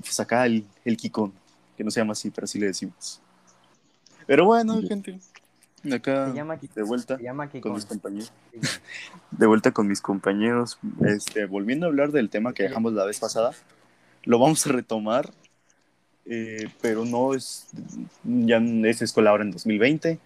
pues acá el Kikón, que no se llama así, pero así le decimos. Pero bueno, gente, Se acá llama, de vuelta se llama con mis Kikón. compañeros. Sígueme. De vuelta con mis compañeros, volviendo a hablar del tema que Oye, dejamos la vez pasada, lo vamos a retomar, pero no es, ya es escuela ahora en 2020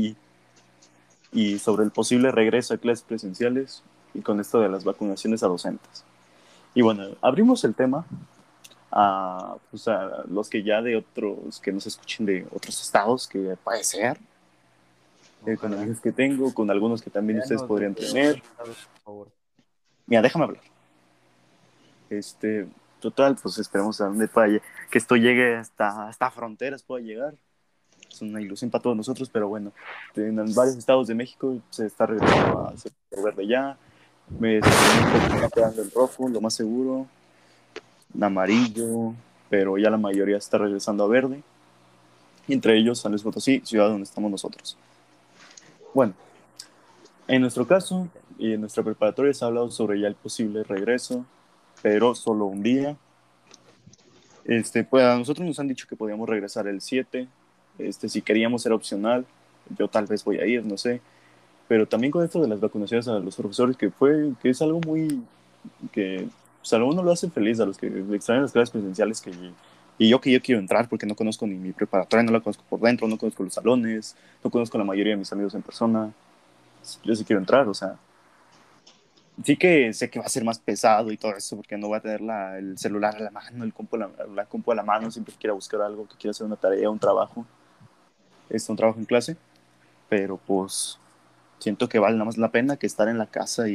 y sobre el posible regreso a clases presenciales y con esto de las vacunaciones a docentes. Y bueno, abrimos el tema a, pues a los que ya de otros, que nos escuchen de otros estados, que puede ser, con ojalá. amigos que tengo, con algunos que también ustedes Véanos podrían desde tener. otros estados, por favor. Mira, déjame hablar. Este, total, pues esperemos a dónde pueda que esto llegue hasta fronteras, pueda llegar. Es una ilusión para todos nosotros, pero bueno, en varios estados de México se está regresando a ser verde ya. Se está quedando en rojo, lo más seguro, en amarillo, pero ya la mayoría está regresando a verde. Y entre ellos San Luis Potosí, ciudad donde estamos nosotros. Bueno, en nuestro caso y en nuestra preparatoria se ha hablado sobre ya el posible regreso, pero solo un día. Pues a nosotros nos han dicho que podíamos regresar el 7. Si queríamos era opcional. Yo tal vez voy a ir, no sé. Pero también con esto de las vacunaciones a los profesores, que es algo muy, que pues, a uno lo hace feliz, a los que extrañan las clases presenciales, y yo que yo quiero entrar porque no conozco ni mi preparatoria, no la conozco por dentro, no conozco los salones, no conozco la mayoría de mis amigos en persona. Yo sí quiero entrar, o sea, sí que sé que va a ser más pesado y todo eso, porque no voy a tener el celular a la mano, la compu a la mano, siempre que quiera buscar algo, que quiera hacer una tarea, un trabajo, un trabajo en clase, pero pues siento que vale nada más la pena que estar en la casa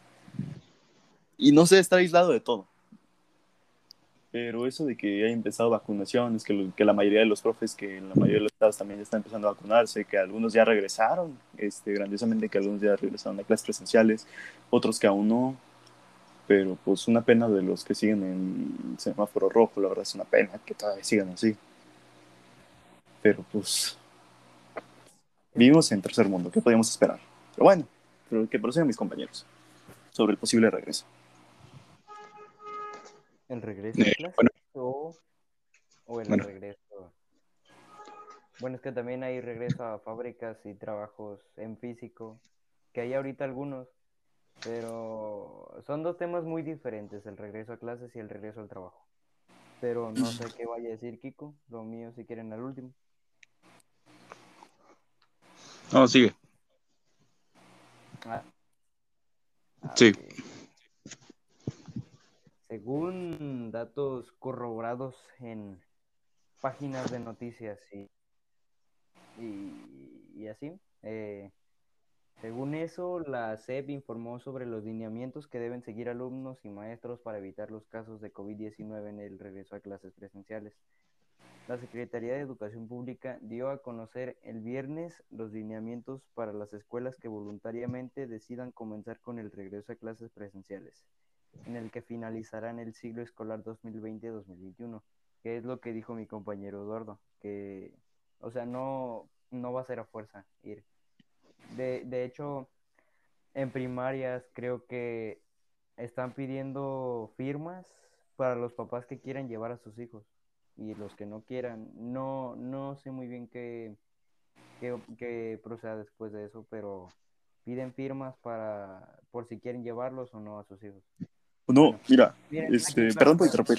y no sé, estar aislado de todo. Pero eso de que haya empezado vacunaciones, que la mayoría de los profes, que en la mayoría de los estados también ya están empezando a vacunarse, que algunos ya regresaron, grandiosamente que algunos ya regresaron a clases presenciales, otros que aún no, pero pues una pena de los que siguen en semáforo rojo, la verdad es una pena que todavía sigan así. Pero pues El, vivimos en tercer mundo, ¿qué podíamos esperar? Pero bueno, pero que prosigan mis compañeros sobre el posible regreso. el regreso a Bueno, clases o el bueno, regreso. Bueno, es que también hay regreso a fábricas y trabajos en físico, que hay ahorita algunos, pero son dos temas muy diferentes, el regreso a clases y el regreso al trabajo. Pero no sé qué vaya a decir Kiko, lo mío si quieren al último. No, sigue. Ah, Sí. ok. Según datos corroborados en páginas de noticias y así, según eso, la SEP informó sobre los lineamientos que deben seguir alumnos y maestros para evitar los casos de COVID-19 en el regreso a clases presenciales. La Secretaría de Educación Pública dio a conocer el viernes los lineamientos para las escuelas que voluntariamente decidan comenzar con el regreso a clases presenciales, en el que finalizarán el ciclo escolar 2020-2021, que es lo que dijo mi compañero Eduardo, que, o sea, no va a ser a fuerza ir. De hecho, en primarias creo que están pidiendo firmas para los papás que quieran llevar a sus hijos y los que no quieran. No sé muy bien qué proceda después de eso, pero piden firmas para por si quieren llevarlos o no a sus hijos. no, Bueno, mira, miren, aquí perdón por plasmo. interrumpir.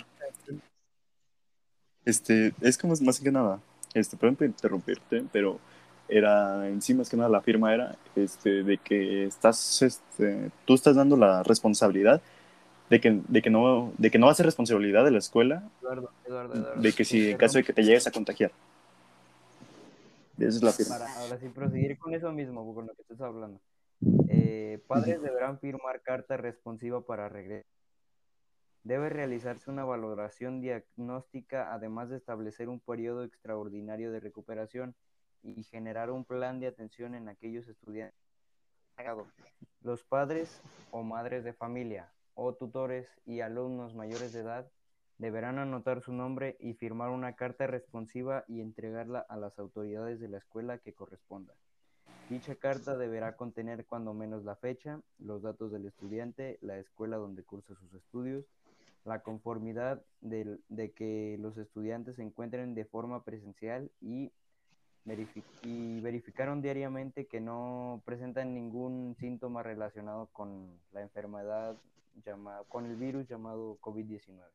Es que más que nada, perdón por interrumpirte, pero era en sí más que nada la firma era de que tú estás dando la responsabilidad de que no va a ser responsabilidad de la escuela de Eduardo, que te si en caso de interrumpo que te llegues a contagiar. Esa es la firma. para ahora sí proseguir con eso mismo, con lo que estás hablando. Padres deberán firmar carta responsiva para regreso. Debe realizarse una valoración diagnóstica, además de establecer un periodo extraordinario de recuperación y generar un plan de atención en aquellos estudiantes. Los padres o madres de familia o tutores y alumnos mayores de edad deberán anotar su nombre y firmar una carta responsiva y entregarla a las autoridades de la escuela que corresponda. Dicha carta deberá contener cuando menos la fecha, los datos del estudiante, la escuela donde cursa sus estudios, la conformidad de que los estudiantes se encuentren de forma presencial y verificaron diariamente que no presentan ningún síntoma relacionado con la enfermedad con el virus llamado COVID-19.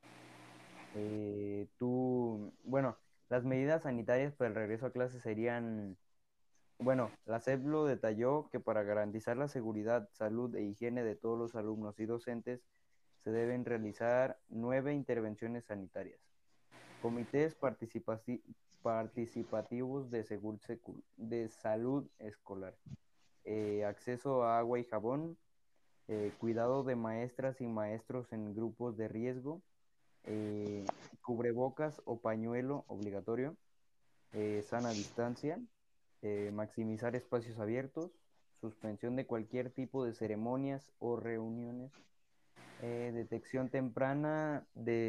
Bueno, las medidas sanitarias para el regreso a clases serían, bueno, la SEP lo detalló que para garantizar la seguridad, salud e higiene de todos los alumnos y docentes se deben realizar 9 intervenciones sanitarias. Comités participativos de salud escolar, acceso a agua y jabón, cuidado de maestras y maestros en grupos de riesgo, cubrebocas o pañuelo obligatorio, sana distancia, maximizar espacios abiertos, suspensión de cualquier tipo de ceremonias o reuniones, detección temprana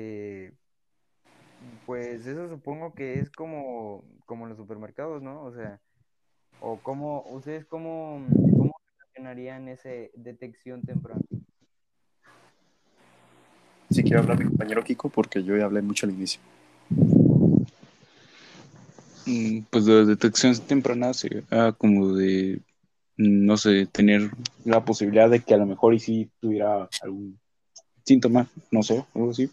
pues eso supongo que es como en los supermercados, ¿no? O sea, o ustedes cómo relacionarían ese detección temprana. Si quiere hablar mi compañero Kiko, porque yo ya hablé mucho al inicio. Pues de detección temprana sería como de, no sé, tener la posibilidad de que a lo mejor y si tuviera algún síntoma, no sé, algo así.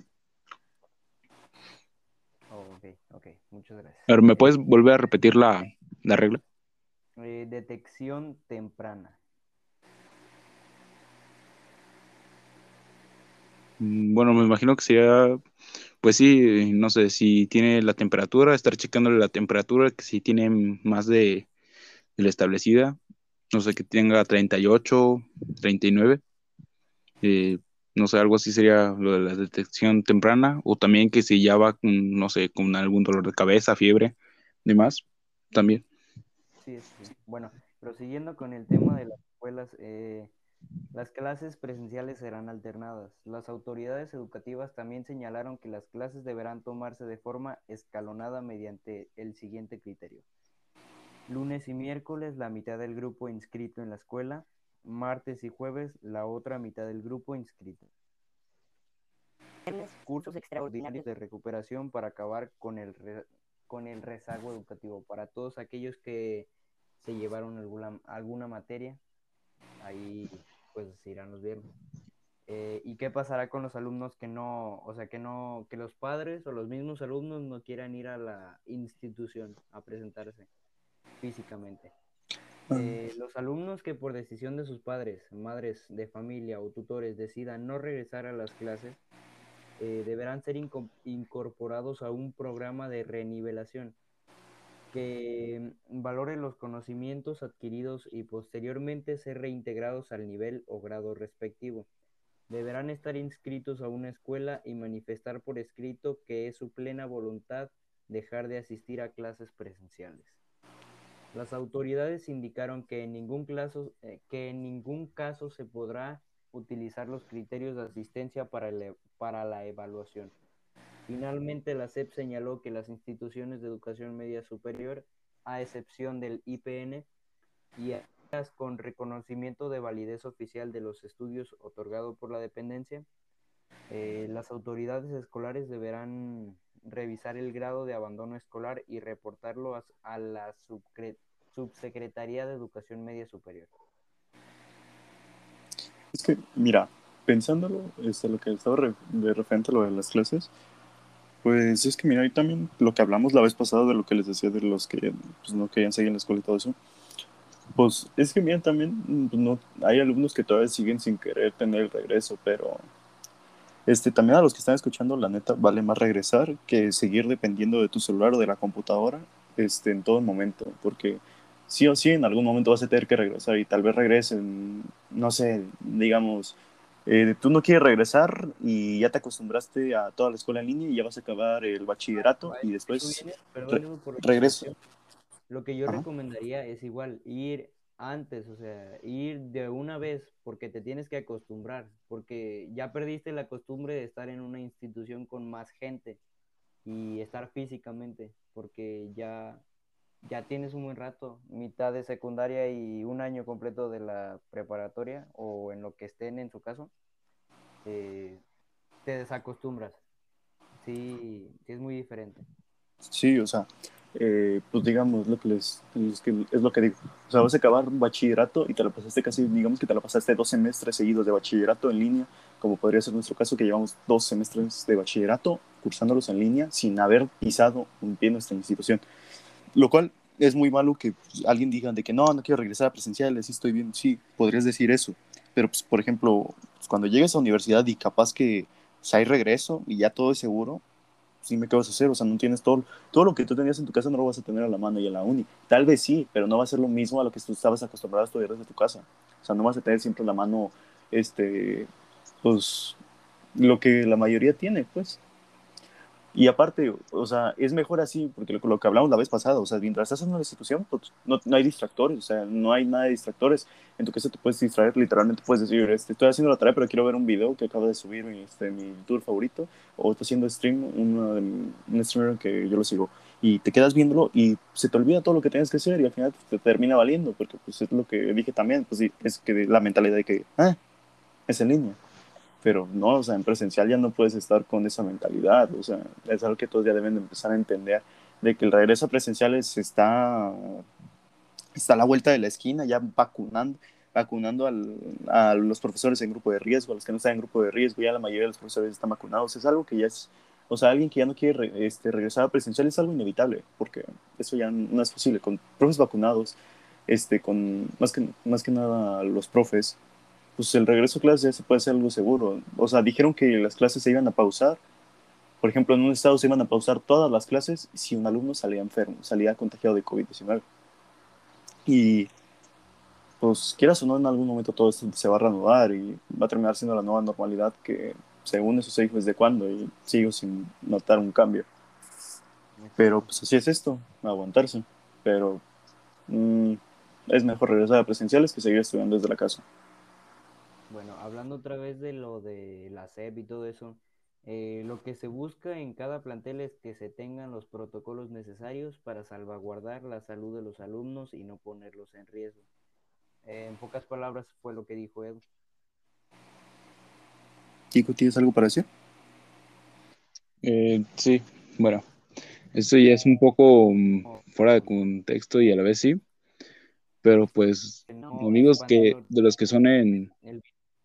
Oh, ok, muchas gracias. A ver, ¿me puedes volver a repetir la regla? Detección temprana. Bueno, me imagino que sería, pues sí, no sé, si tiene la temperatura, estar checándole la temperatura, que si tiene más de la establecida, no sé, que tenga 38, 39, no sé, algo así sería lo de la detección temprana, o también que si ya va con, no sé, con algún dolor de cabeza, fiebre, demás, también. Sí, eso sí. Bueno, prosiguiendo con el tema de las escuelas, las clases presenciales serán alternadas. Las autoridades educativas también señalaron que las clases deberán tomarse de forma escalonada mediante el siguiente criterio. Lunes y miércoles, la mitad del grupo inscrito en la escuela. Martes y jueves, la otra mitad del grupo inscrito. Cursos extraordinarios de recuperación para acabar con el rezago educativo. Para todos aquellos que se llevaron alguna materia, ahí pues se irán los viernes. ¿Y qué pasará con los alumnos que no, o sea, que los padres o los mismos alumnos no quieran ir a la institución a presentarse físicamente? Los alumnos que por decisión de sus padres, madres de familia o tutores decidan no regresar a las clases, deberán ser incorporados a un programa de renivelación que valore los conocimientos adquiridos y posteriormente ser reintegrados al nivel o grado respectivo. Deberán estar inscritos a una escuela y manifestar por escrito que es su plena voluntad dejar de asistir a clases presenciales. Las autoridades indicaron que en ningún caso se podrá utilizar los criterios de asistencia para la evaluación. Finalmente, la SEP señaló que las instituciones de educación media superior, a excepción del IPN, y aquellas con reconocimiento de validez oficial de los estudios otorgado por la dependencia, las autoridades escolares deberán revisar el grado de abandono escolar y reportarlo a la Subsecretaría de Educación Media Superior. Es que, mira, pensándolo, lo que estaba de referente a lo de las clases, pues es que, mira, y también lo que hablamos la vez pasada de lo que les decía de los que pues, no querían seguir en la escuela y todo eso, pues es que, mira, también pues, no, hay alumnos que todavía siguen sin querer tener el regreso, pero también a los que están escuchando, la neta, vale más regresar que seguir dependiendo de tu celular o de la computadora en todo momento, porque sí o sí en algún momento vas a tener que regresar y tal vez regresen, no sé, digamos, tú no quieres regresar y ya te acostumbraste a toda la escuela en línea y ya vas a acabar el bachillerato y Eso después viene, perdón, Edu, por la regresa. interrupción. Lo que yo Ajá. recomendaría es igual, ir antes, o sea, ir de una vez, porque te tienes que acostumbrar, porque ya perdiste la costumbre de estar en una institución con más gente y estar físicamente, porque ya tienes un buen rato, mitad de secundaria y un año completo de la preparatoria o en lo que estén en su caso, eh, te desacostumbras. Sí, sí es muy diferente. Sí, o sea, pues digamos es lo que digo. O sea, vas a acabar un bachillerato y te lo pasaste casi, digamos que te lo pasaste 2 semestres seguidos de bachillerato en línea, como podría ser nuestro caso, que llevamos 2 semestres de bachillerato cursándolos en línea sin haber pisado un pie en nuestra institución. Lo cual es muy malo que pues, alguien diga de que no quiero regresar a presenciales, sí estoy bien, sí, podrías decir eso. Pero, pues, por ejemplo, pues, cuando llegues a universidad y capaz que pues, hay regreso y ya todo es seguro, sí me qué vas a hacer, o sea, no tienes todo lo que tú tenías en tu casa no lo vas a tener a la mano y en la uni. Tal vez sí, pero no va a ser lo mismo a lo que tú estabas acostumbrado a estudiar desde tu casa. O sea, no vas a tener siempre en la mano, pues, lo que la mayoría tiene, pues. Y aparte, o sea, es mejor así, porque lo que hablamos la vez pasada, o sea, mientras estás en una institución, pues no hay distractores, o sea, no hay nada de distractores. En tu casa te puedes distraer, literalmente puedes decir, estoy haciendo la tarea, pero quiero ver un video que acaba de subir mi tour favorito, o estoy haciendo stream, un streamer que yo lo sigo, y te quedas viéndolo y se te olvida todo lo que tienes que hacer y al final te termina valiendo, porque pues es lo que dije también, pues sí, es que la mentalidad de que, es en línea. Pero no, o sea, en presencial ya no puedes estar con esa mentalidad, o sea, es algo que todos ya deben de empezar a entender, de que el regreso a presenciales está a la vuelta de la esquina, ya vacunando a los profesores en grupo de riesgo, a los que no están en grupo de riesgo, ya la mayoría de los profesores están vacunados, es algo que ya es, o sea, alguien que ya no quiere regresar a presencial es algo inevitable, porque eso ya no es posible, con profes vacunados, con más que nada los profes, pues el regreso a clases ya se puede hacer algo seguro. O sea, dijeron que las clases se iban a pausar. Por ejemplo, en un estado se iban a pausar todas las clases si un alumno salía enfermo, salía contagiado de COVID-19. Y pues quieras o no, en algún momento todo esto se va a reanudar y va a terminar siendo la nueva normalidad que según eso se dijo desde cuándo y sigo sin notar un cambio. Pero Exacto. pues así es esto, aguantarse. Pero mm, es mejor regresar a presenciales que seguir estudiando desde la casa. Bueno, hablando otra vez de lo de la SEP y todo eso, lo que se busca en cada plantel es que se tengan los protocolos necesarios para salvaguardar la salud de los alumnos y no ponerlos en riesgo. En pocas palabras fue lo que dijo Edu. Kiko, ¿tienes algo para decir? Sí, bueno, esto ya es un poco No, fuera de contexto y a la vez sí, pero pues no amigos que expandiendo de los que son en, el...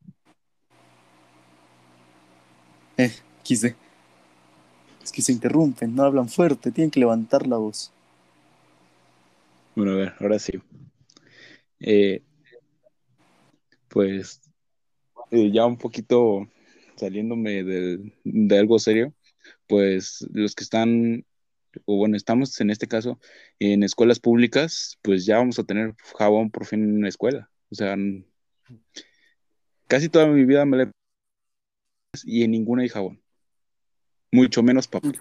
Eh, quise. Es que se interrumpen, no hablan fuerte, tienen que levantar la voz. bueno, a ver, ahora sí. Eh, pues ya un poquito saliéndome de algo serio, pues los que están, o bueno, estamos en este caso en escuelas públicas, pues ya vamos a tener jabón por fin en la escuela. O sea, casi toda mi vida me la he y en ninguna hay jabón, mucho menos papel.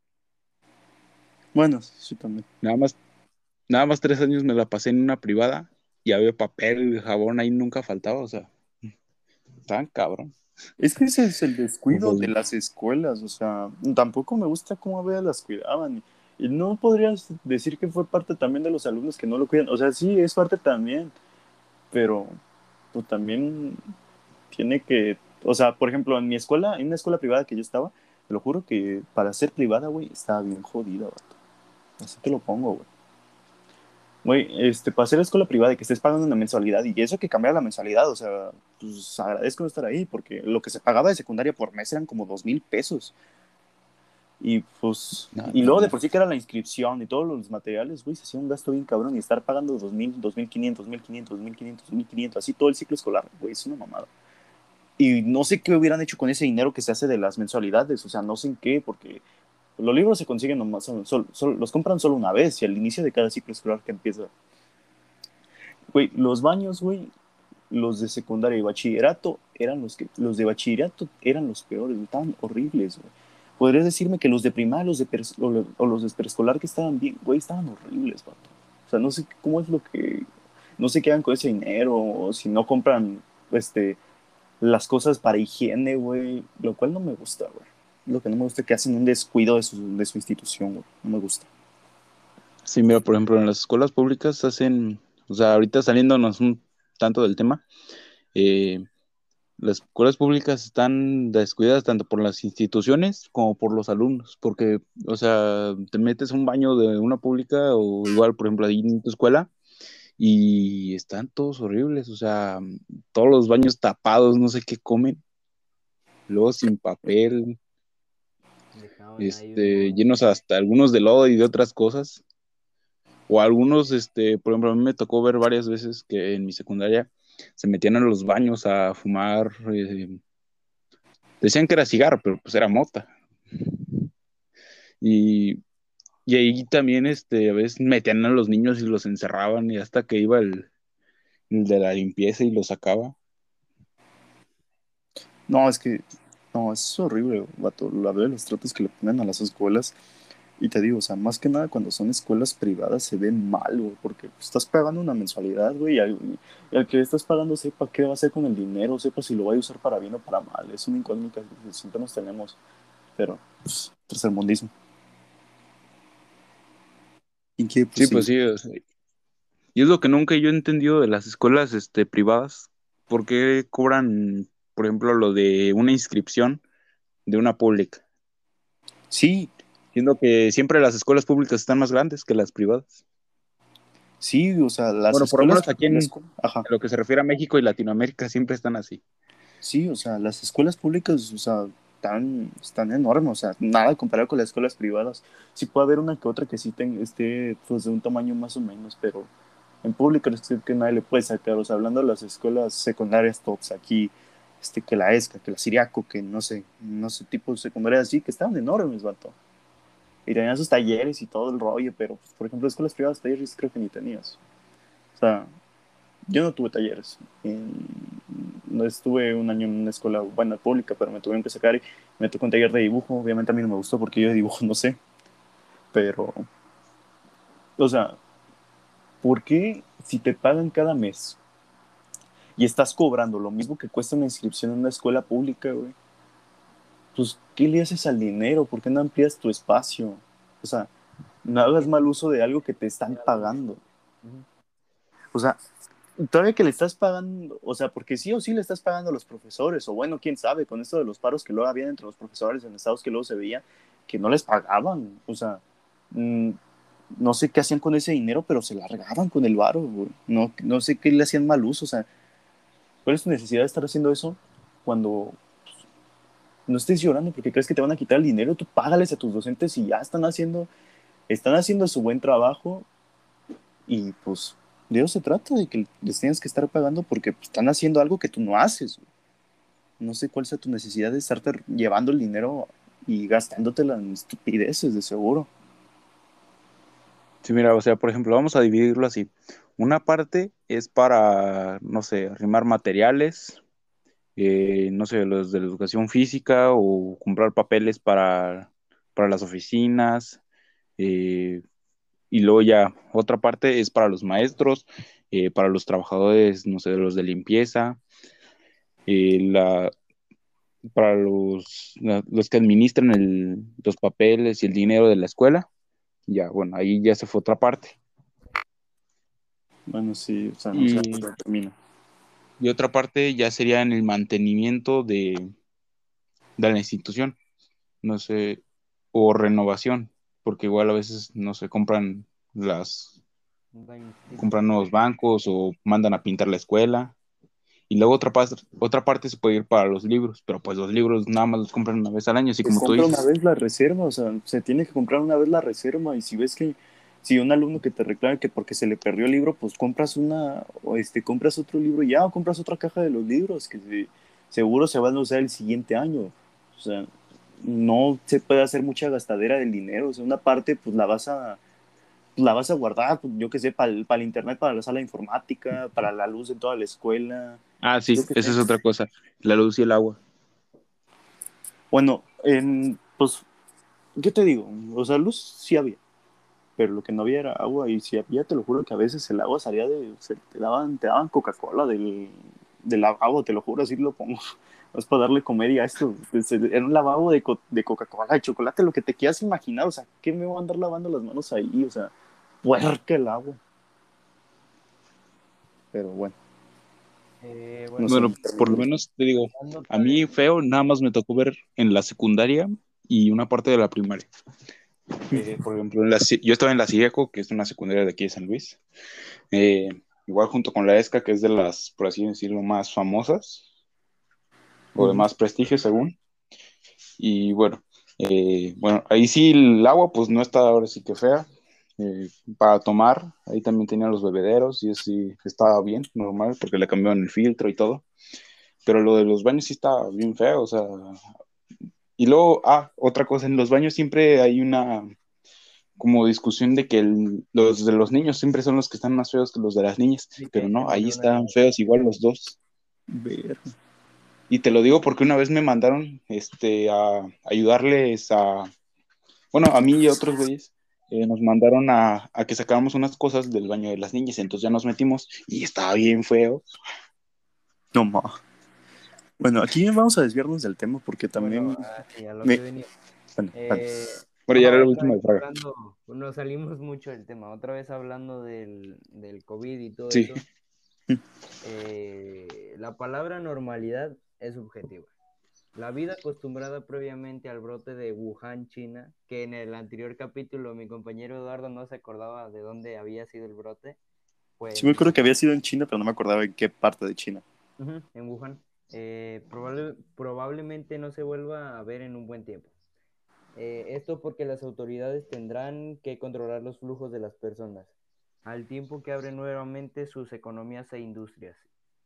Bueno, sí, también. Nada más, nada más 3 años me la pasé en una privada y había papel y jabón ahí nunca faltaba, o sea, tan cabrón. Es que ese es el descuido Pues, de las escuelas, o sea, tampoco me gusta cómo a veces las cuidaban. Y no podrías decir que fue parte también de los alumnos que no lo cuidan. O sea, sí, es parte también, pero pues también tiene que, o sea, por ejemplo, en mi escuela, en una escuela privada que yo estaba, te lo juro que para ser privada, güey, estaba bien jodida, vato. Así te lo pongo, güey. Güey, para hacer escuela privada y que estés pagando una mensualidad y eso que cambiara la mensualidad, o sea, pues agradezco no estar ahí porque lo que se pagaba de secundaria por mes eran como 2,000 pesos. Y pues, no, y no, luego de no. por sí que era la inscripción y todos los materiales, güey, se hacía un gasto bien cabrón y estar pagando 2,000, 2,500, 2,500, 2,500, 2,500, así todo el ciclo escolar, güey, es una mamada. Y no sé qué hubieran hecho con ese dinero que se hace de las mensualidades, o sea, no sé en qué, porque los libros se consiguen nomás, los compran solo una vez y al inicio de cada ciclo escolar que empieza. Güey, los baños, güey, los de secundaria y bachillerato eran los de bachillerato eran los peores, güey, estaban horribles, güey. Podrías decirme que los de primaria, o los de preescolar que estaban bien, güey, estaban horribles, vato. O sea, no sé cómo es lo que, no sé qué hagan con ese dinero, o si no compran, las cosas para higiene, güey, lo cual no me gusta, güey. Lo que no me gusta es que hacen un descuido de su institución, güey, no me gusta. Sí, mira, por ejemplo, en las escuelas públicas hacen, o sea, ahorita saliéndonos un tanto del tema, eh, las escuelas públicas están descuidadas tanto por las instituciones como por los alumnos, porque, o sea, te metes a un baño de una pública o igual, por ejemplo, ahí en tu escuela y están todos horribles, o sea, todos los baños tapados, no sé qué comen, luego sin papel, Dejaban ahí unos... llenos hasta algunos de lodo y de otras cosas, o algunos, por ejemplo, a mí me tocó ver varias veces que en mi secundaria se metían a los baños a fumar, decían que era cigarro, pero pues era mota, y, y ahí también, a veces metían a los niños y los encerraban y hasta que iba el de la limpieza y los sacaba. No, es que, no, es horrible, vato, la verdad, los tratos que le ponen a las escuelas. Y te digo, o sea, más que nada cuando son escuelas privadas se ve mal, güey, porque estás pagando una mensualidad, güey, y al que le estás pagando sepa qué va a hacer con el dinero, sepa si lo va a usar para bien o para mal. Es una incógnita que siempre nos tenemos, pero, pues, tercermundismo. ¿Y qué? Pues Sí, sí. pues sí, o sea, y es lo que nunca yo he entendido de las escuelas privadas. ¿Por qué cobran, por ejemplo, lo de una inscripción de una pública? Sí, Siendo que siempre las escuelas públicas están más grandes que las privadas. sí, o sea, las Bueno, por lo escuelas, menos aquí ajá, en lo que se refiere a México y Latinoamérica siempre están así. sí, o sea, las escuelas públicas, o sea, están enormes, o sea, nada comparado con las escuelas privadas. Sí puede haber una que otra que sí esté, pues, de un tamaño más o menos, pero en público es que nadie le puede sacar, o sea, hablando de las escuelas secundarias tops aquí, que la ESCA, que la Siriaco, que no sé, tipo de secundarias así, que estaban enormes, vato. Y tenían sus talleres y todo el rollo, pero, pues, por ejemplo, escuelas privadas, talleres creo que ni tenías. O sea, yo no tuve talleres. No estuve un año en una escuela buena pública, pero me tuvieron que sacar y me tocó un taller de dibujo. Obviamente a mí no me gustó porque yo de dibujo no sé, pero, o sea, ¿por qué si te pagan cada mes y estás cobrando lo mismo que cuesta una inscripción en una escuela pública, güey? Pues, ¿qué le haces al dinero? ¿Por qué no amplías tu espacio? O sea, no hagas mal uso de algo que te están pagando. Ujú. O sea, todavía que le estás pagando, o sea, porque sí o sí le estás pagando a los profesores, o bueno, quién sabe, con esto de los paros que luego había entre los profesores en estados que luego se veía, que no les pagaban, o sea, mm, no sé qué hacían con ese dinero, pero se largaban con el varo, güey. No, no sé qué le hacían mal uso, o sea, ¿cuál es tu necesidad de estar haciendo eso cuando no estés llorando porque crees que te van a quitar el dinero? Tú págales a tus docentes y ya están haciendo su buen trabajo y pues de eso se trata, de que les tienes que estar pagando porque pues, están haciendo algo que tú no haces. No sé cuál sea tu necesidad de estarte llevando el dinero y gastándotela en estupideces, de seguro. Sí, mira, o sea, por ejemplo, vamos a dividirlo así. Una parte es para, no sé, arrimar materiales, no sé, los de la educación física o comprar papeles para las oficinas. eh, y luego ya otra parte es para los maestros, para los trabajadores, no sé, los de limpieza, eh, la, para los que administran los papeles y el dinero de la escuela. Ya, bueno, ahí ya se fue otra parte. Bueno, sí, o sea, no sé Y, cómo termina. y otra parte ya sería en el mantenimiento de la institución, no sé, o renovación, porque igual a veces, no sé, compran nuevos bancos o mandan a pintar la escuela. Y luego otra parte se puede ir para los libros, pero pues los libros nada más los compran una vez al año, así Se como tú compra una dices. vez la reserva, o sea, se tiene que comprar una vez la reserva y si ves que, si un alumno que te reclama que porque se le perdió el libro, pues compras otro libro ya, o compras otra caja de los libros que seguro se van a usar el siguiente año. O sea, no se puede hacer mucha gastadera del dinero, o sea, una parte pues la vas a guardar, pues, yo qué sé, para el internet, para la sala de informática, para la luz de toda la escuela, Ah, yo sí, qué esa sé. es otra cosa, la luz y el agua. Bueno, pues, ¿qué te digo? O sea, luz sí había, pero lo que no había era agua, y si había, te lo juro que a veces el agua salía te daban Coca-Cola del lavabo, te lo juro, así lo pongo. Es para darle comedia a esto. Era un lavabo de Coca-Cola, de chocolate, lo que te quieras imaginar. O sea, ¿qué me voy a andar lavando las manos ahí? O sea, puerca el agua. Pero bueno. Bueno, No sé, Bueno, por lo menos te digo, hablando a acá de... mí feo nada más me tocó ver en la secundaria y una parte de la primaria. Por ejemplo, yo estaba en la CIECO, que es una secundaria de aquí de San Luis, eh, igual junto con la ESCA, que es de las, por así decirlo, más famosas o de ujú. más prestigio según. Y bueno, ahí sí el agua pues no está ahora sí que fea. eh, para tomar, ahí también tenían los bebederos y eso sí estaba bien, normal, porque le cambiaron el filtro y todo. Pero lo de los baños sí está bien feo, o sea. Y luego, otra cosa, en los baños siempre hay una como discusión de que los de los niños siempre son los que están más feos que los de las niñas, Sí, pero no, siempre ahí una... están feos igual los dos. Ver. Y te lo digo porque una vez me mandaron a ayudarles bueno, a mí y a otros güeyes, nos mandaron a que sacáramos unas cosas del baño de las niñas, entonces ya nos metimos y estaba bien feo. No, ma. Bueno, aquí vamos a desviarnos del tema porque Bueno, también sí, a lo que me... venía. Bueno, vale. Bueno, ya No, era el otra último vez de Fraga. hablando, nos salimos mucho del tema, otra vez hablando del COVID y todo Sí, eso, la palabra normalidad es subjetiva. La vida acostumbrada previamente al brote de Wuhan, China, que en el anterior capítulo mi compañero Eduardo no se acordaba de dónde había sido el brote, Sí pues me en acuerdo que Wuhan. había sido en China, pero no me acordaba en qué parte de China. Ujú, en Wuhan. Probablemente no se vuelva a ver en un buen tiempo. Esto porque las autoridades tendrán que controlar los flujos de las personas, al tiempo que abren nuevamente sus economías e industrias.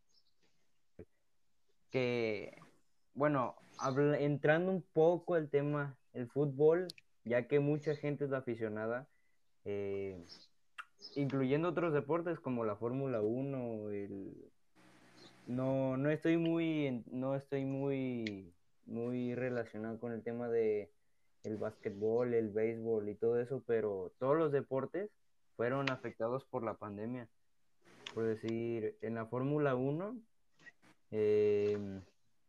Que, bueno, entrando un poco al tema, el fútbol, ya que mucha gente es la aficionada, eh, incluyendo otros deportes como la Fórmula 1, no, no estoy muy relacionado con el tema de el básquetbol, el béisbol y todo eso, pero todos los deportes fueron afectados por la pandemia. Por decir, en la Fórmula 1, eh,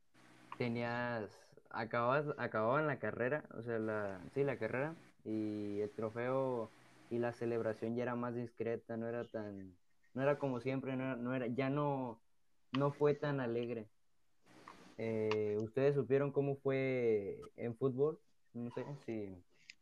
acababan la carrera, o sea, sí, la carrera, y el trofeo y la celebración ya era más discreta, no era como siempre, ya no fue tan alegre. ¿Ustedes supieron cómo fue en fútbol? No sé si...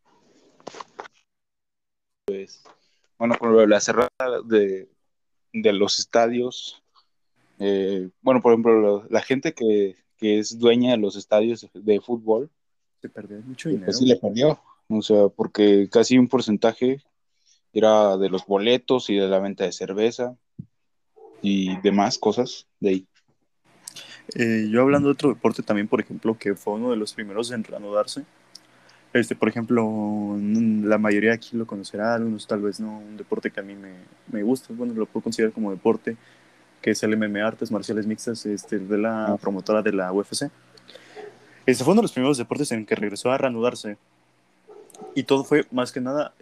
bueno, con lo de la cerrada de los estadios, bueno, por ejemplo, la gente que es dueña de los estadios de fútbol, Se perdió mucho pues dinero, sí le güey. perdió, o sea, porque casi un porcentaje era de los boletos y de la venta de cerveza y demás cosas de ahí. Yo hablando de otro deporte también, por ejemplo, que fue uno de los primeros en reanudarse. Por ejemplo, la mayoría aquí lo conocerá, algunos tal vez no. Un deporte que a mí me gusta, bueno, lo puedo considerar como deporte, que es el MMA, artes marciales mixtas, de la Ah, promotora de la UFC. Este fue uno de los primeros deportes en que regresó a reanudarse. Y todo fue más que nada,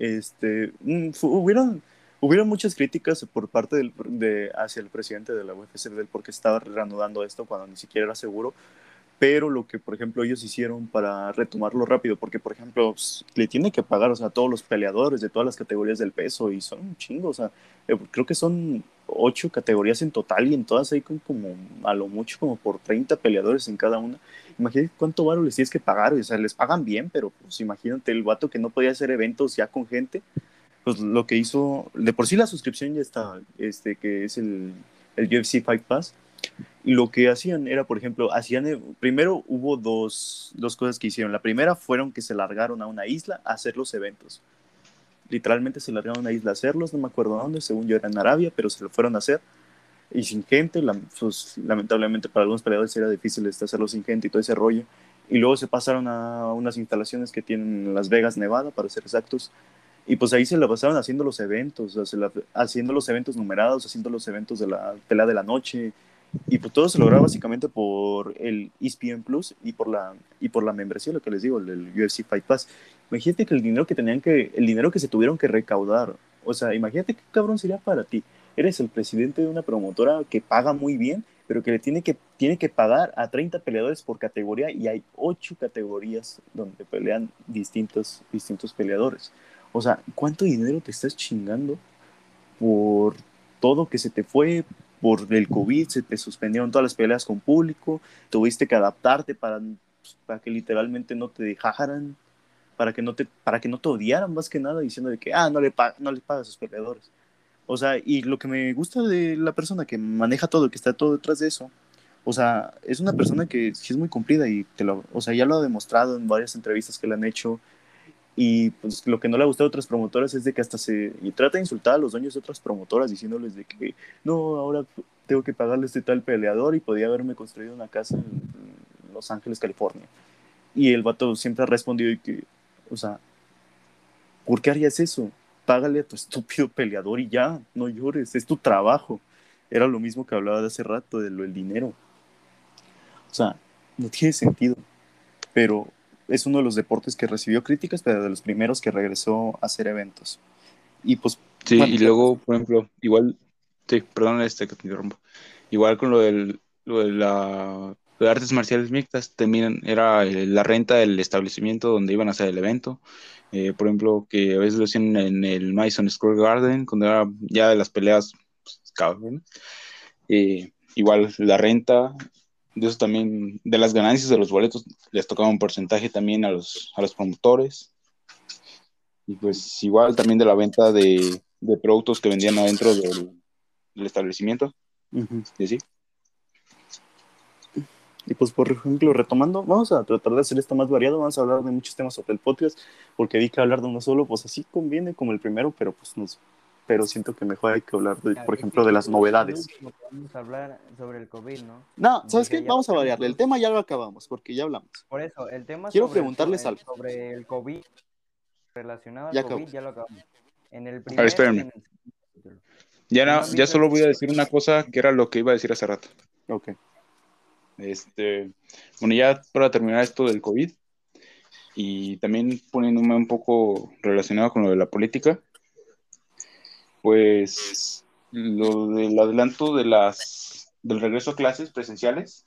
hubieron muchas críticas por parte hacia el presidente de la UFC del por qué estaba reanudando esto cuando ni siquiera era seguro, pero lo que, por ejemplo, ellos hicieron para retomarlo rápido, porque, por ejemplo, le tiene que pagar, o sea, a todos los peleadores de todas las categorías del peso, y son un chingo, o sea, creo que son 8 categorías en total, y en todas hay como, a lo mucho, como por 30 peleadores en cada una. Imagínate cuánto varo les tienes que pagar, o sea, les pagan bien, pero pues imagínate el vato que no podía hacer eventos ya con gente, pues lo que hizo, de por sí la suscripción ya estaba, que es el UFC Fight Pass. Lo que hacían era, por ejemplo, primero hubo dos cosas que hicieron. La primera fueron que se largaron a una isla a hacer los eventos. Literalmente se largaron a una isla a hacerlos, no me acuerdo dónde, según yo era en Arabia, pero se lo fueron a hacer. Y sin gente, pues, lamentablemente para algunos peleadores era difícil hacerlo sin gente y todo ese rollo. Y luego se pasaron a unas instalaciones que tienen en Las Vegas, Nevada, para ser exactos. Y pues ahí se la pasaron haciendo los eventos, o sea, haciendo los eventos numerados, haciendo los eventos de la pelea de la noche, y pues todo se lograba básicamente por el ESPN Plus y por la membresía, lo que les digo, el UFC Fight Pass. Imagínate que el dinero que se tuvieron que recaudar, o sea, imagínate qué cabrón sería para ti. Eres el presidente de una promotora que paga muy bien, pero que tiene que pagar a 30 peleadores por categoría y hay 8 categorías donde pelean distintos peleadores. O sea, ¿cuánto dinero te estás chingando por todo que se te fue? por el COVID se te suspendieron todas las peleas con público, tuviste que adaptarte para que literalmente no te dejaran, para que no te odiaran más que nada, diciendo de que, no le pagas a sus peleadores. O sea, y lo que me gusta de la persona que maneja todo, que está todo detrás de eso, o sea, es una persona que sí es muy cumplida y o sea, ya lo ha demostrado en varias entrevistas que le han hecho. Y pues lo que no le ha gustado a otras promotoras es de que hasta y trata de insultar a los dueños de otras promotoras diciéndoles de que no, ahora tengo que pagarle a este tal peleador y podía haberme construido una casa en Los Ángeles, California. Y el vato siempre ha respondido y que, o sea, ¿por qué harías eso? Págale a tu estúpido peleador y ya, no llores, es tu trabajo. Era lo mismo que hablaba de hace rato, de lo del dinero. O sea, no tiene sentido. Pero es uno de los deportes que recibió críticas, pero de los primeros que regresó a hacer eventos. Y pues, Sí, bueno, y ya pues, luego, por ejemplo, igual, sí, perdón que te interrumpa. Igual con lo de lo de artes marciales mixtas, también era la renta del establecimiento donde iban a hacer el evento. Por ejemplo, que a veces lo hacían en el Madison Square Garden, cuando era ya de las peleas, pues, cabrón. Igual la renta, de eso también, de las ganancias de los boletos, les tocaba un porcentaje también a los promotores. Y pues igual también de la venta de productos que vendían adentro del establecimiento. uh-huh. ¿Y sí? Y pues, por ejemplo, retomando, vamos a tratar de hacer esto más variado, vamos a hablar de muchos temas sobre el podcast, porque di que hablar de uno solo, pues así conviene como el primero, pero pues no sé. Pero siento que mejor hay que hablar, por Es ejemplo, que de creo las que el novedades. último que vamos a hablar sobre el COVID, ¿no? No, O ¿sabes sea, qué? ya Vamos a tocamos variarle. El todo. tema ya lo acabamos, porque ya hablamos. Por eso, el tema Quiero sobre preguntarles algo. sobre el COVID, relacionado al Ya acabó. COVID, ya lo acabamos. En el A ver, primero y espérenme. en el segundo capítulo. Ya, Si no han ya visto el solo voy a primero, decir una cosa que era lo que iba a decir hace rato. Ok. Bueno, ya para terminar esto del COVID y también poniéndome un poco relacionado con lo de la política, pues lo del adelanto del regreso a clases presenciales,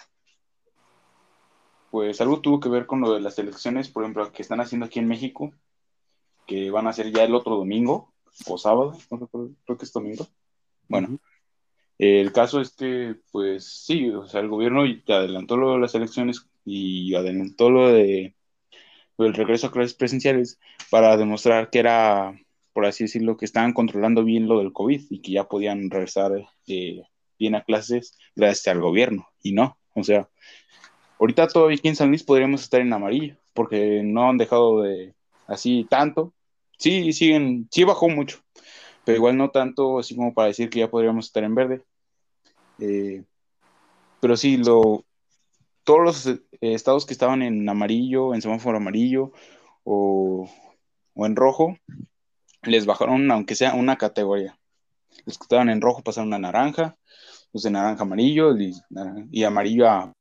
pues algo tuvo que ver con lo de las elecciones, por ejemplo, que están haciendo aquí en México, que van a ser ya el otro domingo o sábado, no recuerdo, creo que es domingo. Bueno, Uh-huh. el caso es que, pues sí, o sea, el gobierno adelantó lo de las elecciones y adelantó lo del regreso a clases presenciales para demostrar que era, por así decirlo, que estaban controlando bien lo del COVID y que ya podían regresar bien a clases gracias al gobierno. Y no, o sea, ahorita todavía aquí en San Luis podríamos estar en amarillo porque no han dejado de así tanto. Sí, siguen, sí bajó mucho, pero igual no tanto así como para decir que ya podríamos estar en verde. Eh, pero sí, todos los estados que estaban en amarillo, en semáforo amarillo o, o en rojo, les bajaron aunque sea una categoría. Los que estaban en rojo pasaron a naranja, los de naranja a amarillo y amarillo a...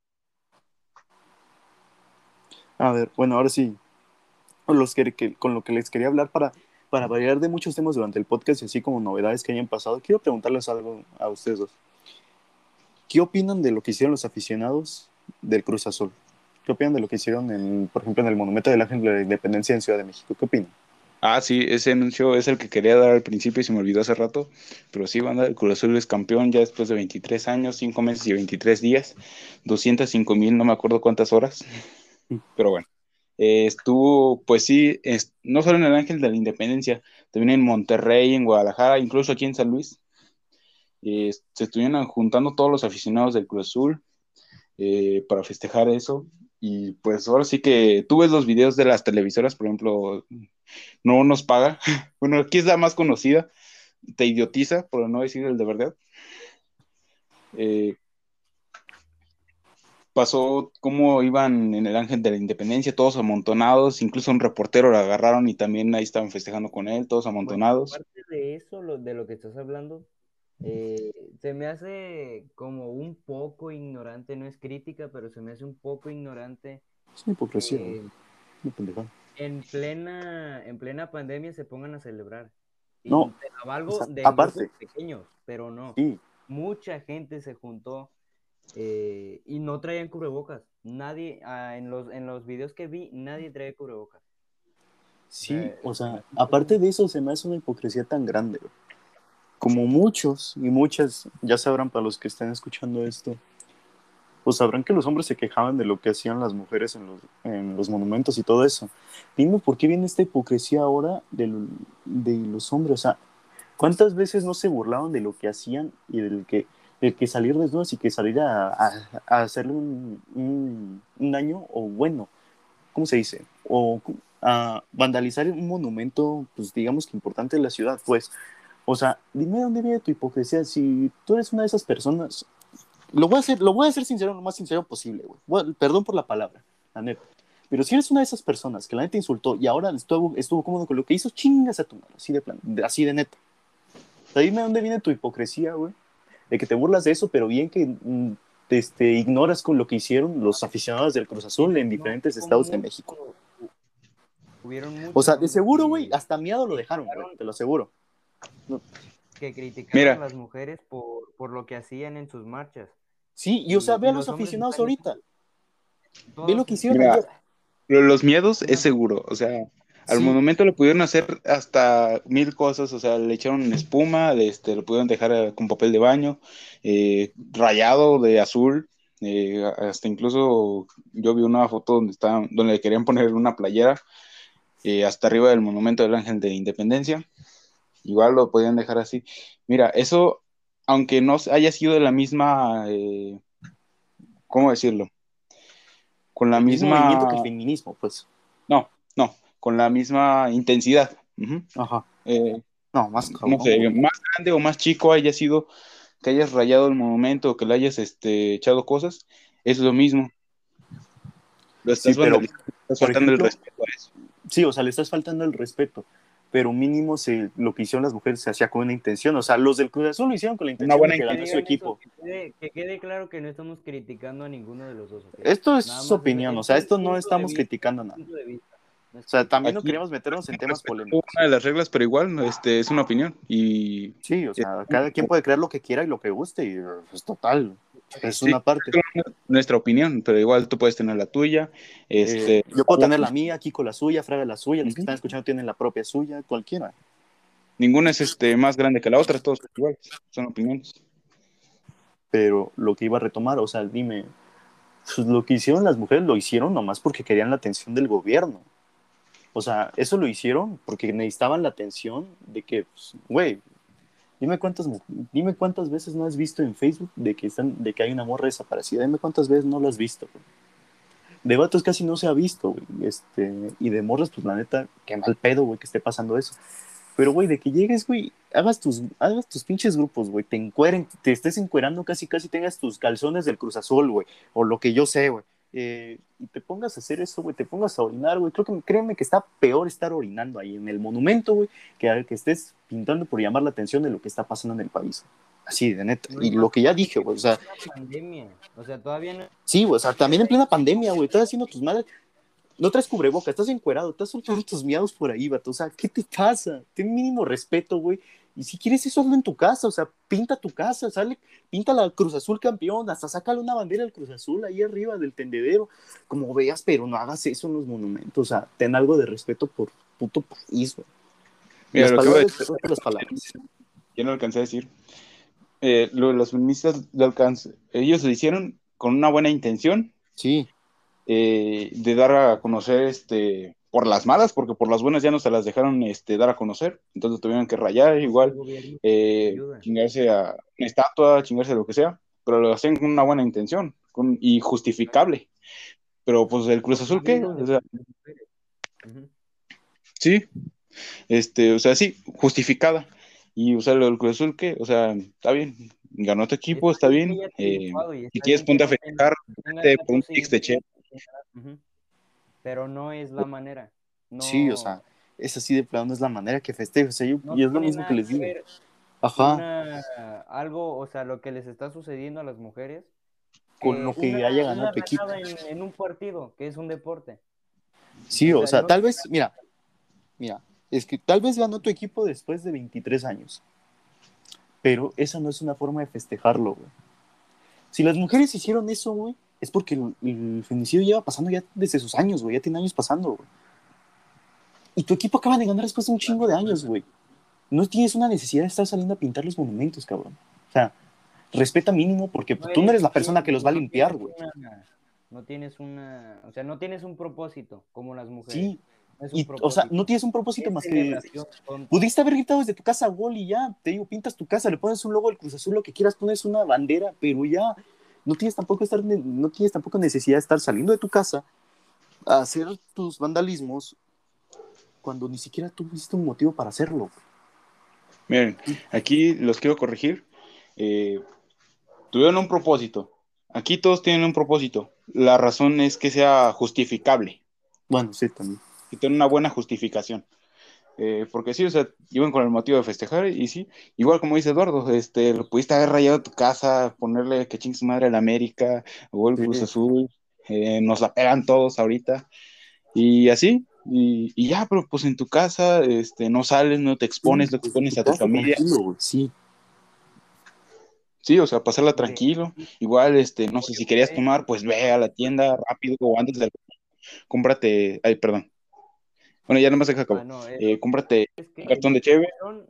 A ver, bueno, ahora sí, con lo que les quería hablar para variar de muchos temas durante el podcast y así como novedades que hayan pasado, quiero preguntarles algo a ustedes dos. ¿Qué opinan de lo que hicieron los aficionados del Cruz Azul? ¿Qué opinan de lo que hicieron, por ejemplo, en el Monumento del Ángel de la Independencia en Ciudad de México? ¿Qué opinan? Ah, sí, ese anuncio es el que quería dar al principio y se me olvidó hace rato, pero sí, banda, el Cruz Azul es campeón ya después de 23 años, 5 meses y 23 días, 205,000, no me acuerdo cuántas horas, pero bueno. Estuvo, pues sí, no solo en el Ángel de la Independencia, también en Monterrey, en Guadalajara, incluso aquí en San Luis. Se estuvieron juntando todos los aficionados del Cruz Azul para festejar eso. Y pues ahora sí que tú ves los videos de las televisoras, por ejemplo, no nos paga. Bueno, aquí es la más conocida, te idiotiza, por no decir el de verdad. Eh, Pasó cómo iban en el Ángel de la Independencia, todos amontonados, incluso un reportero lo agarraron y también ahí estaban festejando con él, todos bueno, amontonados. aparte de eso, de lo que estás hablando, se me hace como un poco ignorante, no es crítica, pero se me hace un poco ignorante Es una hipocresía, ¿no? que Una pendejada. en plena pandemia se pongan a celebrar. No, Y te la o valgo sea, de en grupos aparte, pequeños, pero no. sí, Mucha gente se juntó y no traían cubrebocas. Nadie, en los videos que vi, nadie traía cubrebocas. O sí, sea, o se me sea, hace un poco aparte de eso se me hace una hipocresía tan grande, güey. como muchos y muchas, ya sabrán para los que estén escuchando esto, pues sabrán que los hombres se quejaban de lo que hacían las mujeres en los monumentos y todo eso. Dime por qué viene esta hipocresía ahora de los hombres. O sea, ¿cuántas veces no se burlaban de lo que hacían y del que salir desnudos y que salir a hacerle un daño o bueno, ¿cómo se dice? O a vandalizar un monumento, pues digamos que importante de la ciudad, pues. O sea, dime dónde viene tu hipocresía. Si tú eres una de esas personas, lo voy a hacer sincero, lo más sincero posible, güey. Perdón por la palabra, la neta. Pero si eres una de esas personas que la neta insultó y ahora estuvo cómodo con lo que hizo, chingas a tu madre, así de plan, así de neta. O sea, dime dónde viene tu hipocresía, güey. De que te burlas de eso, pero bien que ignoras con lo que hicieron los aficionados del Cruz Azul en diferentes estados de México. Hubieron O muchos sea, de hombres seguro, güey, hasta miedo lo dejaron, güey, te lo aseguro. que criticaron Mira. a las mujeres por lo que hacían en sus marchas. Sí, y o sea, ve a los los hombres aficionados están ahorita. Ve lo todos que hicieron Mira, ayer. los miedos una- es seguro, o sea, al Sí, monumento le pudieron hacer hasta 1000 cosas, o sea, le echaron espuma, lo pudieron dejar con papel de baño, rayado de azul, hasta incluso yo vi una foto donde le querían poner una playera hasta arriba del monumento del Ángel de Independencia, igual lo podían dejar así. Mira, eso, aunque no haya sido de la misma, ¿cómo decirlo? Con la el mismo movimiento que el misma, feminismo, pues. no, con la misma intensidad. Ujú. Ajá. Eh, No, más no cabrón, sé, güey. más grande o más chico haya sido que hayas rayado el monumento o que le hayas echado cosas, es lo mismo. Lo Sí, estás pero, vandalizando, estás por faltando el ejemplo, respeto a eso. sí, o sea, le estás faltando el respeto, pero mínimo lo que hicieron las mujeres se hacía con una intención. O sea, los del Cruz Azul lo hicieron con la Una intención de buena que que ganara su digan eso, equipo. que quede claro que no estamos criticando a ninguno de los dos, ¿ok? Esto es Nada su más opinión, o es sea, un esto no punto de estamos vista, criticando nada. punto de vista. No O es sea, también no criticación. Aquí queremos meternos en temas respeto polémicos. una de las reglas, pero igual es una opinión. Y Sí, o sea, cada quien puede creer lo que quiera y lo que guste, y pues total, es sí, una parte. nuestra opinión, pero igual tú puedes tener la tuya. Yo puedo tener la mía, Kiko la suya, Fraga la suya, los que Ujú. están escuchando tienen la propia suya, cualquiera. Ninguna es más grande que la otra, todos son iguales, son opiniones. Pero lo que iba a retomar, o sea, dime, pues lo que hicieron las mujeres lo hicieron nomás porque querían la atención del gobierno. O sea, eso lo hicieron porque necesitaban la atención de que, pues, güey, dime cuántas veces no has visto en Facebook de que hay una morra desaparecida. Dime cuántas veces no lo has visto, güey. De vatos casi no se ha visto, güey. Y de morras, pues la neta, qué mal pedo, güey, que esté pasando eso. Pero, güey, de que llegues, güey, hagas tus pinches grupos, güey, te encueren, te estés encuerando casi, casi tengas tus calzones del Cruz Azul, güey, o lo que yo sé, güey. Y te pongas a hacer eso, güey, te pongas a orinar, güey. Créeme que está peor estar orinando ahí en el monumento, güey, que estés pintando por llamar la atención de lo que está pasando en el país. Así, de neta. No, y Y más lo que ya porque dije, güey, o sea, es una pandemia. O sea, todavía no. sí, güey, o sea, también en plena pandemia, güey, estás haciendo tus madres. No traes cubreboca, estás encuerado, estás soltando tus miados por ahí, vato. O sea, ¿qué te pasa? Ten mínimo respeto, güey. Y si quieres eso, hazlo en tu casa. O sea, pinta tu casa, pinta la Cruz Azul campeón, hasta sácale una bandera del Cruz Azul ahí arriba del tendedero, como veas, pero no hagas eso en los monumentos. O sea, ten algo de respeto por puto país, güey. Y Mira, las lo que iba a palabras, decir, perdón por las palabras. yo no alcancé a decir. Los feministas ellos lo hicieron con una buena intención Sí, de dar a conocer por las malas, porque por las buenas ya no se las dejaron dar a conocer, entonces tuvieron que rayar Porque el igual, gobierno ayuda. chingarse a una estatua, chingarse lo que sea, pero lo hacían con una buena intención y justificable. Pero pues el Cruz Por la Azul, ¿qué? vida de O sea, las mujeres. Ujú. sí, o sea, sí, justificada. Y, o sea, el Cruz Azul, ¿qué? O sea, está bien, ganó tu Y equipo, está está bien que bien. haya triunfado y Si está quieres, bien que ponte a no festejar tengan por un tantos mix de che. seguidores. Ujú. Pero no es la manera. sí, o No, sea, es así de plano, es la manera que festejo. O sea, no y es lo tiene mismo que nada les que digo. ver Ajá, algo, o sea, lo que les está sucediendo a las mujeres, con que lo que haya ganado una tu equipo. rayada en un partido, que es un deporte. Sí, O o sea, sea, no tal vez, mira, es que tal vez ganó tu equipo después de 23 años, pero esa no es una forma de festejarlo, güey. Si las mujeres hicieron eso, güey, es porque el feminicidio lleva pasando ya desde sus años, güey, ya tiene años pasando, güey. Y tu equipo acaba de ganar después de un chingo de años, güey. no tienes una necesidad de estar saliendo a pintar los monumentos, cabrón. O sea, respeta mínimo porque No tú no eres eres la persona quien, que los va a no limpiar, tienes güey. o sea, no tienes un propósito como las mujeres. Sí, No es un y, o sea, no propósito. tienes un propósito Es más que... celebración tonta. Pudiste haber gritado desde tu casa gol y ya, te digo, pintas tu casa, le pones un logo del Cruz Azul, lo que quieras, pones una bandera, pero ya, no tienes tampoco necesidad de estar saliendo de tu casa a hacer tus vandalismos cuando ni siquiera tuviste un motivo para hacerlo. Miren, aquí los quiero corregir. Tuvieron un propósito. Aquí todos tienen un propósito. La razón es que sea justificable, Bueno, sí, también. que tenga una buena justificación. Porque sí, o sea, iban con el motivo de festejar y sí, igual como dice Eduardo, lo pudiste haber rayado tu casa, ponerle que chingue su madre a la América, o el Sí, Cruz Azul, nos la pegan todos ahorita, y así, y ya, pero pues en tu casa, no sales, no te expones, lo desde expones tu a tu casa, familia, tranquilo, güey, sí. sí, o sea, pasarla Mire, tranquilo, igual, no como sé, yo si querías sé, tomar, pues ve a la tienda rápido, o antes de, cómprate, ay, perdón, bueno, ya nomás deja acabo, no, cómprate es que un cartón de cheve. fueron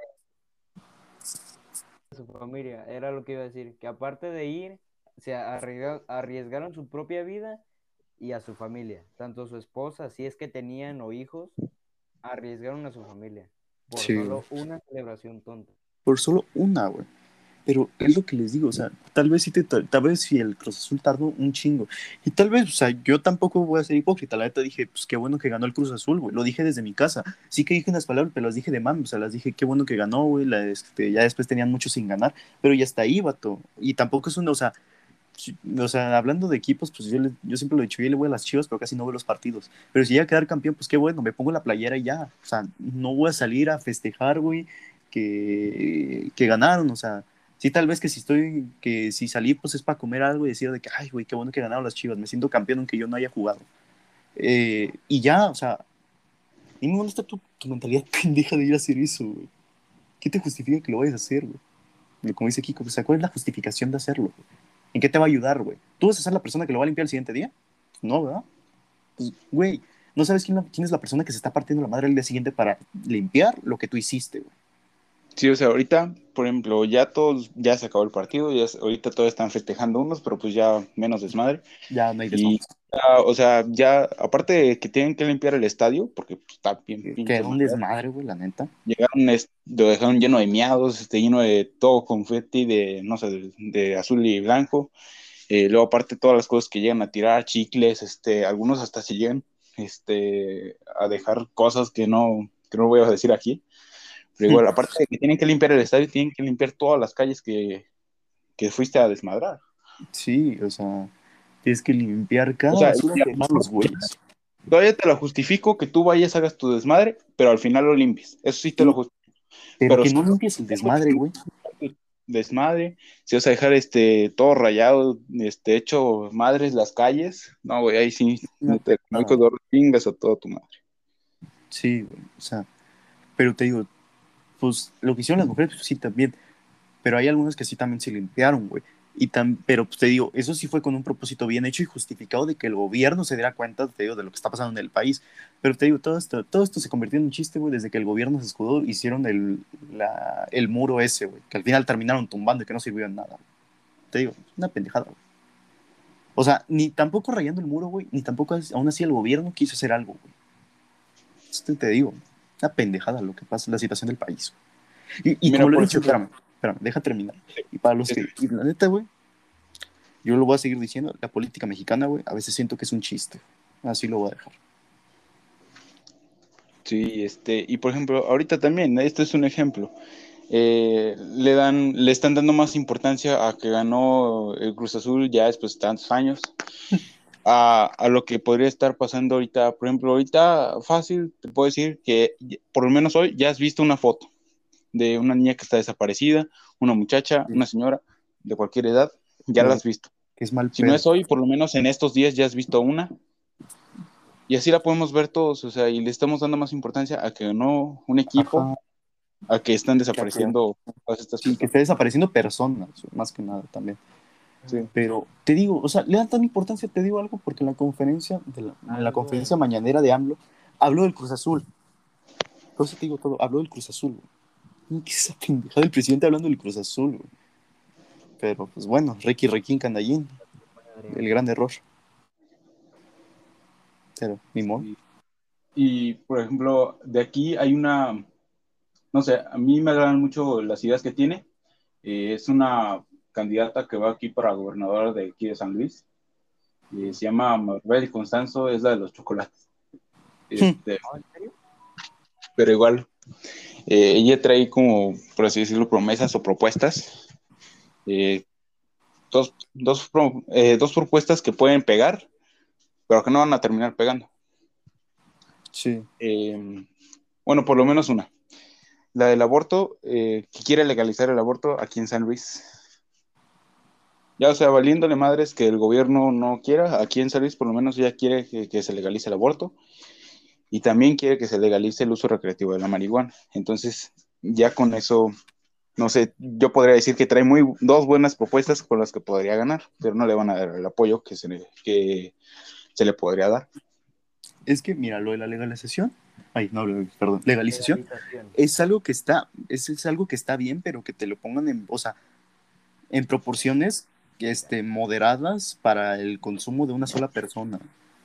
a su familia, era lo que iba a decir, que aparte de ir, arriesgaron su propia vida y a su familia, tanto su esposa, si es que tenían o hijos, arriesgaron a su familia por Sí, güey. solo una celebración tonta. Por solo una, güey. Pero es lo que les digo, o sea, tal vez tal vez si el Cruz Azul tardó un chingo. Y tal vez, o sea, yo tampoco voy a ser hipócrita. La neta dije, pues qué bueno que ganó el Cruz Azul, güey. Lo dije desde mi casa. Sí que dije unas palabras, pero las dije de mami. O sea, las dije, qué bueno que ganó, güey. Ya después tenían mucho sin ganar, pero ya está ahí, vato. Y tampoco es una, o sea, hablando de equipos, pues yo siempre lo he dicho, yo le voy a las Chivas, pero casi no veo los partidos. Pero si llega a quedar campeón, pues qué bueno, me pongo la playera y ya. O sea, no voy a salir a festejar, güey, que ganaron. O sea, sí, tal vez que si salí, pues es para comer algo y decir de que, ay, güey, qué bueno que ganaron las Chivas, me siento campeón aunque yo no haya jugado. Y ya, o sea, y me molesta tu mentalidad pendeja de ir a hacer eso, güey. ¿Qué te justifica que lo vayas a hacer, güey? Como dice Kiko, o sea, ¿cuál es la justificación de hacerlo, güey? ¿En qué te va a ayudar, güey? ¿Tú vas a ser la persona que lo va a limpiar el siguiente día? Pues no, ¿verdad? Pues, güey, no sabes quién es la persona que se está partiendo la madre el día siguiente para limpiar lo que tú hiciste, güey. Sí, o sea, ahorita, por ejemplo, ya se acabó el partido, ahorita todos están festejando unos, pero pues ya menos desmadre. Ya no hay Y, desmadre. o sea, ya, aparte de que tienen que limpiar el estadio, porque pues, está bien pinche Queda un madre, desmadre, güey, la neta. llegaron, lo dejaron lleno de miados, lleno de todo confeti no sé, de azul y blanco. Luego, aparte, todas las cosas que llegan a tirar, chicles, algunos hasta se llegan, a dejar cosas que no voy a decir aquí. Pero igual, aparte de que tienen que limpiar el estadio, tienen que limpiar todas las calles que fuiste a desmadrar. Sí, o sea, tienes que limpiar O cada sea, basura que dejan los güeyes. todavía te lo justifico que tú vayas, hagas tu desmadre, pero al final lo limpies. Eso sí te lo Sí, justifico. pero Pero que si no limpies el desmadre, güey. desmadre, si vas a dejar todo rayado, hecho madres las calles, no, güey, ahí sí, Una te pendejada. conozco dos pingas a toda tu madre. Sí, güey, o sea, pero te digo, pues lo que hicieron las mujeres, pues sí, también. Pero hay algunas que sí también se limpiaron, güey. Pero pues, te digo, eso sí fue con un propósito bien hecho y justificado de que el gobierno se diera cuenta, te digo, de lo que está pasando en el país. Pero te digo, todo esto se convirtió en un chiste, güey, desde que el gobierno se escudó, hicieron el muro ese, güey, que al final terminaron tumbando y que no sirvió en nada, güey. Te digo, una pendejada, güey. O sea, ni tampoco rayando el muro, güey, ni tampoco aún así el gobierno quiso hacer algo, güey. Esto te digo, una pendejada lo que pasa en la situación del país. Y Mira, como lo he por dicho, ejemplo, espérame, deja terminar. Y para los que, y la neta, güey, yo lo voy a seguir diciendo, la política mexicana, güey, a veces siento que es un chiste. Así lo voy a dejar. sí, y por ejemplo, ahorita también, esto es un ejemplo. Le están dando más importancia a que ganó el Cruz Azul ya después de tantos años, a lo que podría estar pasando ahorita. Por ejemplo, ahorita fácil, te puedo decir que por lo menos hoy ya has visto una foto de una niña que está desaparecida, una muchacha, Sí. una señora de cualquier edad, ya la No, has visto. que es mal Si no pedo. es hoy, por lo menos en estos días ya has visto una, y así la podemos ver todos, o sea, y le estamos dando más importancia a que ganó un equipo, Ajá. a que están Que, desapareciendo todas estas sí, que personas. esté desapareciendo personas, más que nada también. Sí. Pero te digo, o sea, le dan tan importancia, te digo algo, porque en la conferencia Algo, mañanera de AMLO, habló del Cruz Azul. Por eso te digo todo, habló del Cruz Azul, güey. ¿Qué es esa pendejada del presidente hablando del Cruz Azul, güey? Pero, pues bueno, Ricky Requín Candallín, el gran error. Pero, ni modo. Y, por ejemplo, de aquí hay una, no sé, a mí me agradan mucho las ideas que tiene. Es una candidata que va aquí para gobernadora de aquí de San Luis. Se llama Marbel Constanzo, es la de los chocolates. ¿En serio? Pero igual, ella trae como, por así decirlo, promesas o propuestas. Eh, dos propuestas que pueden pegar, pero que no van a terminar pegando. Sí. Bueno, por lo menos una. La del aborto, que quiere legalizar el aborto aquí en San Luis. Ya, o sea, valiéndole madres que el gobierno no quiera, aquí en San Luis por lo menos ya quiere que se legalice el aborto y también quiere que se legalice el uso recreativo de la marihuana. Entonces, ya con eso, no sé, yo podría decir que trae dos buenas propuestas con las que podría ganar, pero no le van a dar el apoyo que se le podría dar. Es que, mira, lo de la legalización, no, perdón, legalización, Legalización. es algo que es algo que está bien, pero que te lo pongan o sea, en proporciones moderadas para el consumo de una sola persona.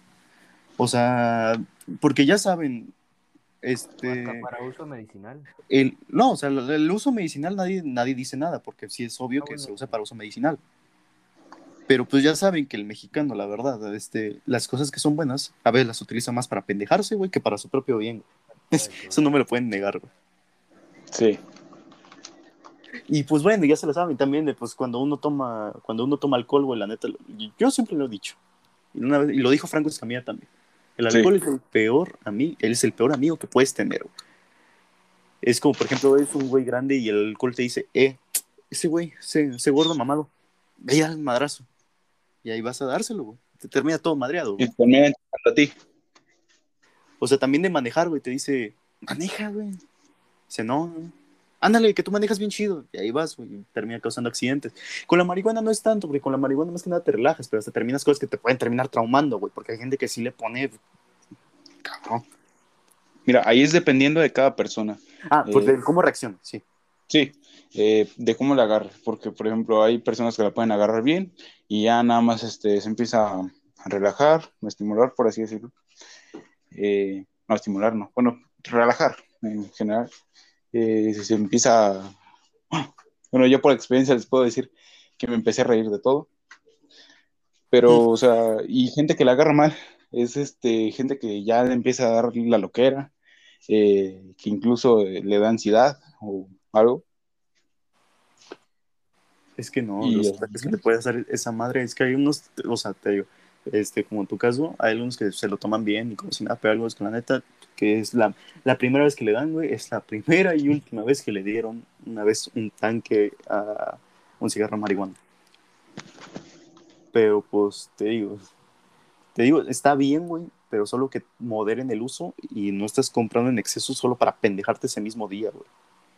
O sea, porque ya saben, Hasta para uso medicinal. no, o sea, el uso medicinal nadie dice nada, porque sí es obvio que Bueno, se usa para uso medicinal. Pero pues ya saben que el mexicano, la verdad, las cosas que son buenas, a veces las utiliza más para pendejarse, güey, que para su propio bien. Eso no me lo pueden negar, güey. Sí. Y pues bueno, ya se lo saben también de pues cuando uno toma alcohol, güey, la neta, yo siempre lo he dicho. Y lo dijo Franco Escamilla también. El Sí. alcohol es él es el peor amigo que puedes tener, güey. Es como, por ejemplo, es un güey grande y el alcohol te dice, ese güey, ese gordo mamado, ve al madrazo. Y ahí vas a dárselo, güey. Te termina todo madreado, Y güey. también a ti. O sea, también de manejar, güey, te dice, maneja, güey. Dice, no, ándale, que tú manejas bien chido. Y ahí vas, güey, y termina causando accidentes. Con la marihuana no es tanto, porque con la marihuana más que nada te relajas, pero hasta terminas cosas que te pueden terminar traumando, güey, porque hay gente que sí le pone, cabrón. Mira, ahí es dependiendo de cada persona. Pues de cómo reacciona, sí. Sí, de cómo la agarre, porque por ejemplo hay personas que la pueden agarrar bien y ya nada más se empieza a relajar, a estimular, por así decirlo. No, estimular, no, bueno, relajar en general. Se empieza, bueno, yo por experiencia les puedo decir que me empecé a reír de todo, pero, o sea, y gente que la agarra mal, es gente que ya le empieza a dar la loquera, que incluso le da ansiedad o algo. Es que no, Y los ataques que te puede hacer esa madre, es que hay unos, o sea, te digo, como en tu caso, hay algunos que se lo toman bien y como si nada, pero algo es que la neta, que es la primera vez que le dan, güey, es la primera y última vez que le dieron una vez un tanque a un cigarro marihuana. Pero pues te digo, está bien, güey, pero solo que moderen el uso y no estés comprando en exceso solo para pendejarte ese mismo día, güey.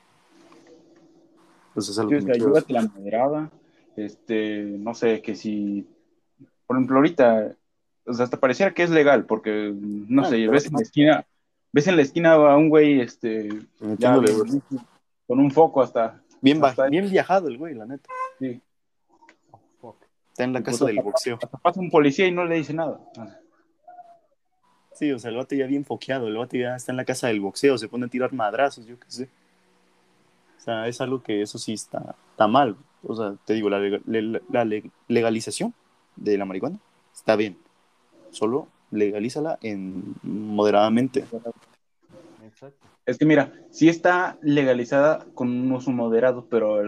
Pues eso es a lo sí, que o me sea, quiero. llévate la moderada, no sé, que si, por ejemplo, ahorita, o sea, hasta pareciera que es legal, porque, no sé, Te vale más. ves en la esquina a un güey, ya Metiéndole, güey. bien, con un foco hasta ahí, Bien viajado el güey, la neta. sí, oh, fuck. Está en la y pues casa del boxeo. hasta pasa un policía y no le dice nada. Sí, o sea, el vato ya bien foqueado, el vato ya está en la casa del boxeo, se pone a tirar madrazos, yo qué sé. O sea, es algo que eso sí está mal. O sea, te digo, legalización de la marihuana está bien. Solo legalízala moderadamente. Exacto. Es que mira, sí está legalizada con un uso moderado, pero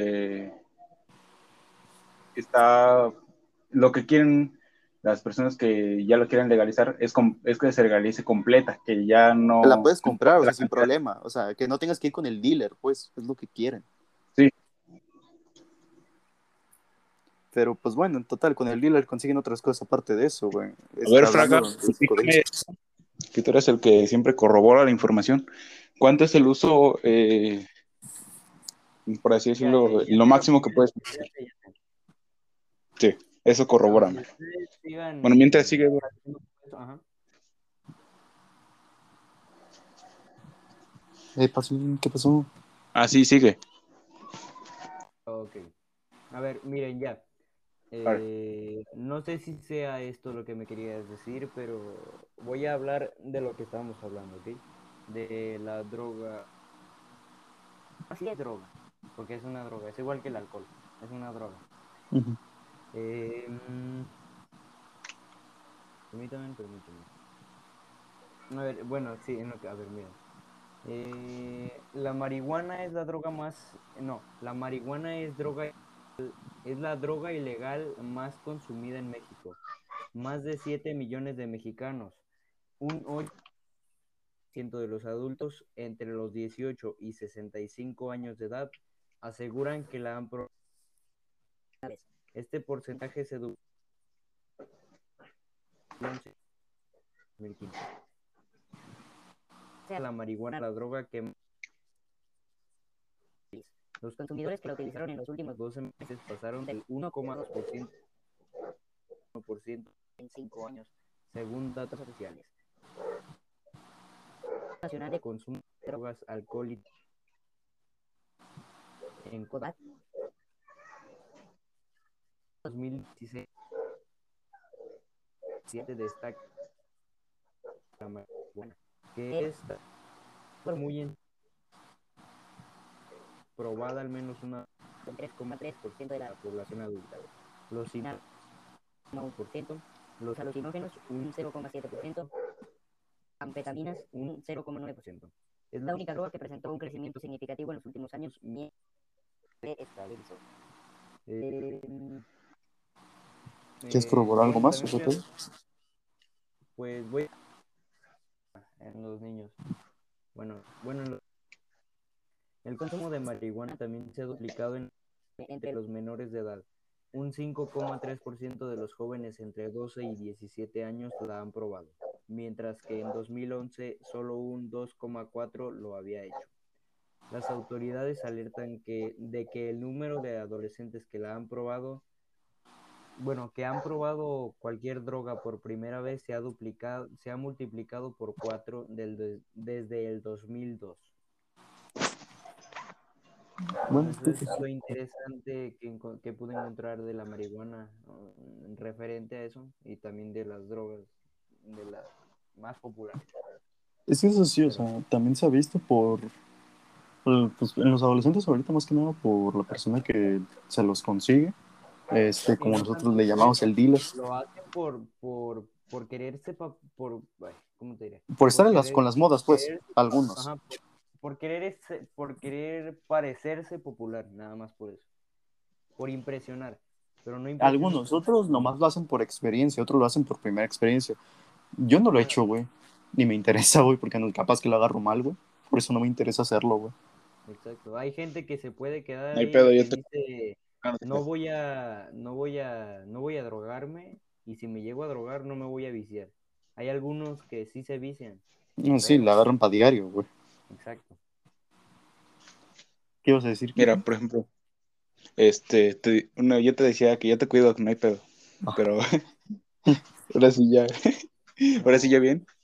está lo que quieren las personas que ya lo quieren legalizar es que se legalice completa, que ya La no puedes comprar, o la sea, sin cantidad. problema. O sea, que no tengas que ir con el dealer, pues, es lo que quieren. Sí. Pero pues bueno, en total, con el dealer consiguen otras cosas aparte de eso, güey. A ver, Está hablando Fraga, de explícame, psicodélicos. que tú eres el que siempre corrobora la información. ¿Cuánto es el uso, por así decirlo, lo máximo que puedes hacer? Ya sé. Sí, eso Para que corrobórame. ustedes Bueno, mientras sigan sigue, haciendo eso, ajá. ¿Qué pasó? Sí, sigue. Ok. A ver, miren ya. A ver. No sé si sea esto lo que me querías decir, pero voy a hablar de lo que estábamos hablando, ¿ok? De la droga. Así es droga, porque es una droga, es igual que el alcohol, es una droga. Ujú. Eh, mm, permítame. A ver, bueno, sí, a ver, mira. La marihuana es la droga más, no, la marihuana es la droga ilegal más consumida en México. Más de 7 millones de mexicanos, un 8% de los adultos entre los 18 y 65 años de edad aseguran que la han probado. Este porcentaje se duplicó en 2015. La marihuana, la droga que los consumidores que la utilizaron en los últimos 12 meses pasaron del 1,2% en 5 años, según datos oficiales. Nacional de Consumo de Drogas, Alcohol y en Kodak 2016 destaca la marihuana, que está muy probada al menos una 3,3% de la población adulta. Los cigarros, 1%, los alucinógenos, un 0,7%, anfetaminas, un 0,9%. Es la única droga que presentó un crecimiento significativo en los últimos años, se estabilizó. ¿Quieres corroborar algo Bueno, más también sobre todo? pues voy en los niños. Bueno, el consumo de marihuana también se ha duplicado entre los menores de edad. Un 5,3% de los jóvenes entre 12 y 17 años la han probado, mientras que en 2011 solo un 2,4% lo había hecho. Las autoridades alertan de que el número de adolescentes que la han probado, bueno, que han probado cualquier droga por primera vez se ha multiplicado por 4 desde el 2002. Bueno, Bueno, eso pues, es lo interesante que pude encontrar de la marihuana, referente a eso, y también de las drogas, de las más populares. es que eso sí, o Pero sea, también se ha visto pues, en los adolescentes ahorita más que nada por la persona que se los consigue, sí, como no nosotros tanto le por llamamos eso, el dealer, lo hacen por quererse, ay, ¿cómo te diré? por estar Por con querer, las modas, pues, querer, algunos. ajá, por querer parecerse popular, nada más por eso, por impresionar, pero no impresionan Algunos, otros tanto. nomás lo hacen por experiencia, otros lo hacen por primera experiencia. Yo no lo he Bueno, hecho, güey, ni me interesa, güey, porque no, capaz que lo agarro mal, güey. Por eso no me interesa hacerlo, güey. exacto. Hay gente que se puede quedar No hay ahí pedo, y yo que te... dice, no voy a drogarme, y si me llego a drogar no me voy a viciar. Hay algunos que sí se vician, No, sí, pero, la agarran para diario, güey. exacto. ¿Qué ibas a decir, Mira, Kike? por ejemplo, yo te decía que yo te cuido, que no hay pedo. Ah, Pero ahora sí ya, ahora sí ya No, bien.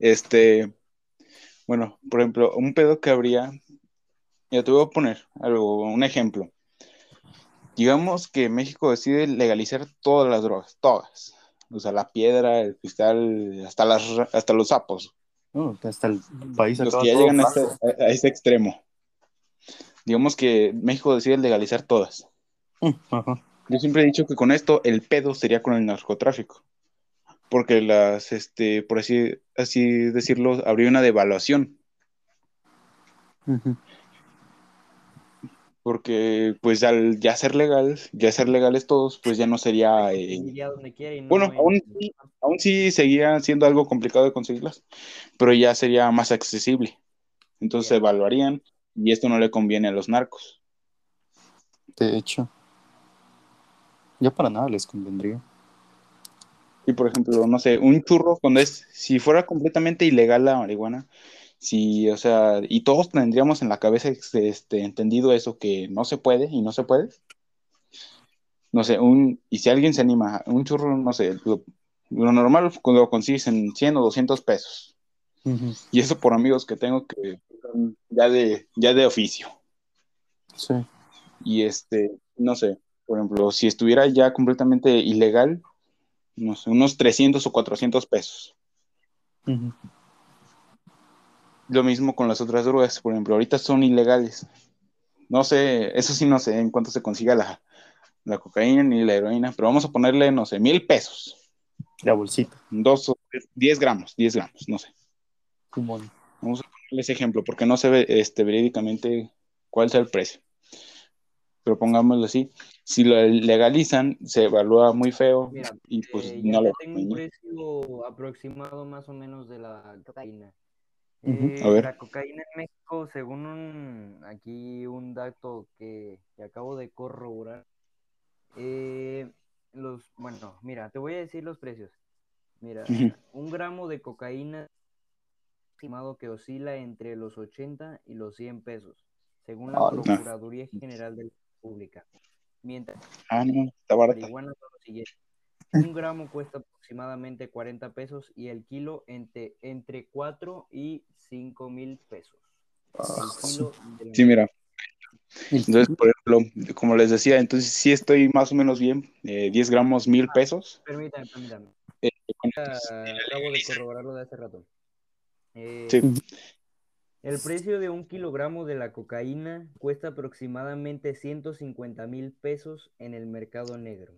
Bueno, por ejemplo, un pedo que habría, ya te voy a poner un ejemplo. Digamos que México decide legalizar todas las drogas, todas. O sea, la piedra, el cristal, hasta los sapos, no, hasta el país los acaba que ya todo llegan blanco. a ese extremo. Digamos que México decide legalizar todas. Ajá. Yo siempre he dicho que con esto el pedo sería con el narcotráfico, porque por así decirlo, habría una devaluación, Ujú. porque pues al ya ser legales todos, pues ya no sería, se conseguiría donde quiera y bueno, no en... aún sí seguía siendo algo complicado de conseguirlas, pero ya sería más accesible. Sí, Entonces se así es. evaluarían y esto no le conviene a los narcos. De hecho, ya para nada les convendría. Y por ejemplo, no sé, un churro si fuera completamente ilegal la marihuana, si, o sea, y todos tendríamos en la cabeza entendido eso que no se puede y no se puede, no sé, y si alguien se anima, un churro, no sé, lo normal lo consigues en 100 o 200 pesos. Ujú. Y eso por amigos que tengo que son ya de oficio. Sí. Y no sé, por ejemplo, si estuviera ya completamente ilegal, no sé, unos 300 o 400 pesos. Ujú. Lo mismo con las otras drogas, por ejemplo, ahorita son ilegales. No sé, eso sí no sé en cuánto se consiga la cocaína ni la heroína, pero vamos a ponerle, no sé, 1,000 pesos. La bolsita. 10 gramos, no sé. Simón. Vamos a ponerle ese ejemplo, porque no se ve verídicamente cuál sea el precio. Pero pongámoslo así, si lo legalizan, se evalúa muy feo Mira, y pues ya no lo te van a tengo un vender. precio aproximado más o menos de la cocaína. Ujú. A ver. La cocaína en México, según aquí un dato que acabo de corroborar, bueno, mira, te voy a decir los precios. Ujú. Mira, un gramo de cocaína estimado que oscila entre los 80 y los 100 pesos, según la Ay, Ah, Procuraduría General de la República. Mientras no, está la barata. marihuana son los siguientes. Un gramo cuesta aproximadamente 40 pesos y el kilo entre 4 y 5 mil pesos. El sí. kilo de la Sí, mira. El Entonces, kilo. por ejemplo, como les decía, entonces sí estoy más o menos bien. 10 gramos, 1,000 pesos. permítame. Con estos, Acabo de corroborarlo de hace rato. sí, Eh, el precio de un kilogramo de la cocaína cuesta aproximadamente 150,000 pesos en el mercado negro.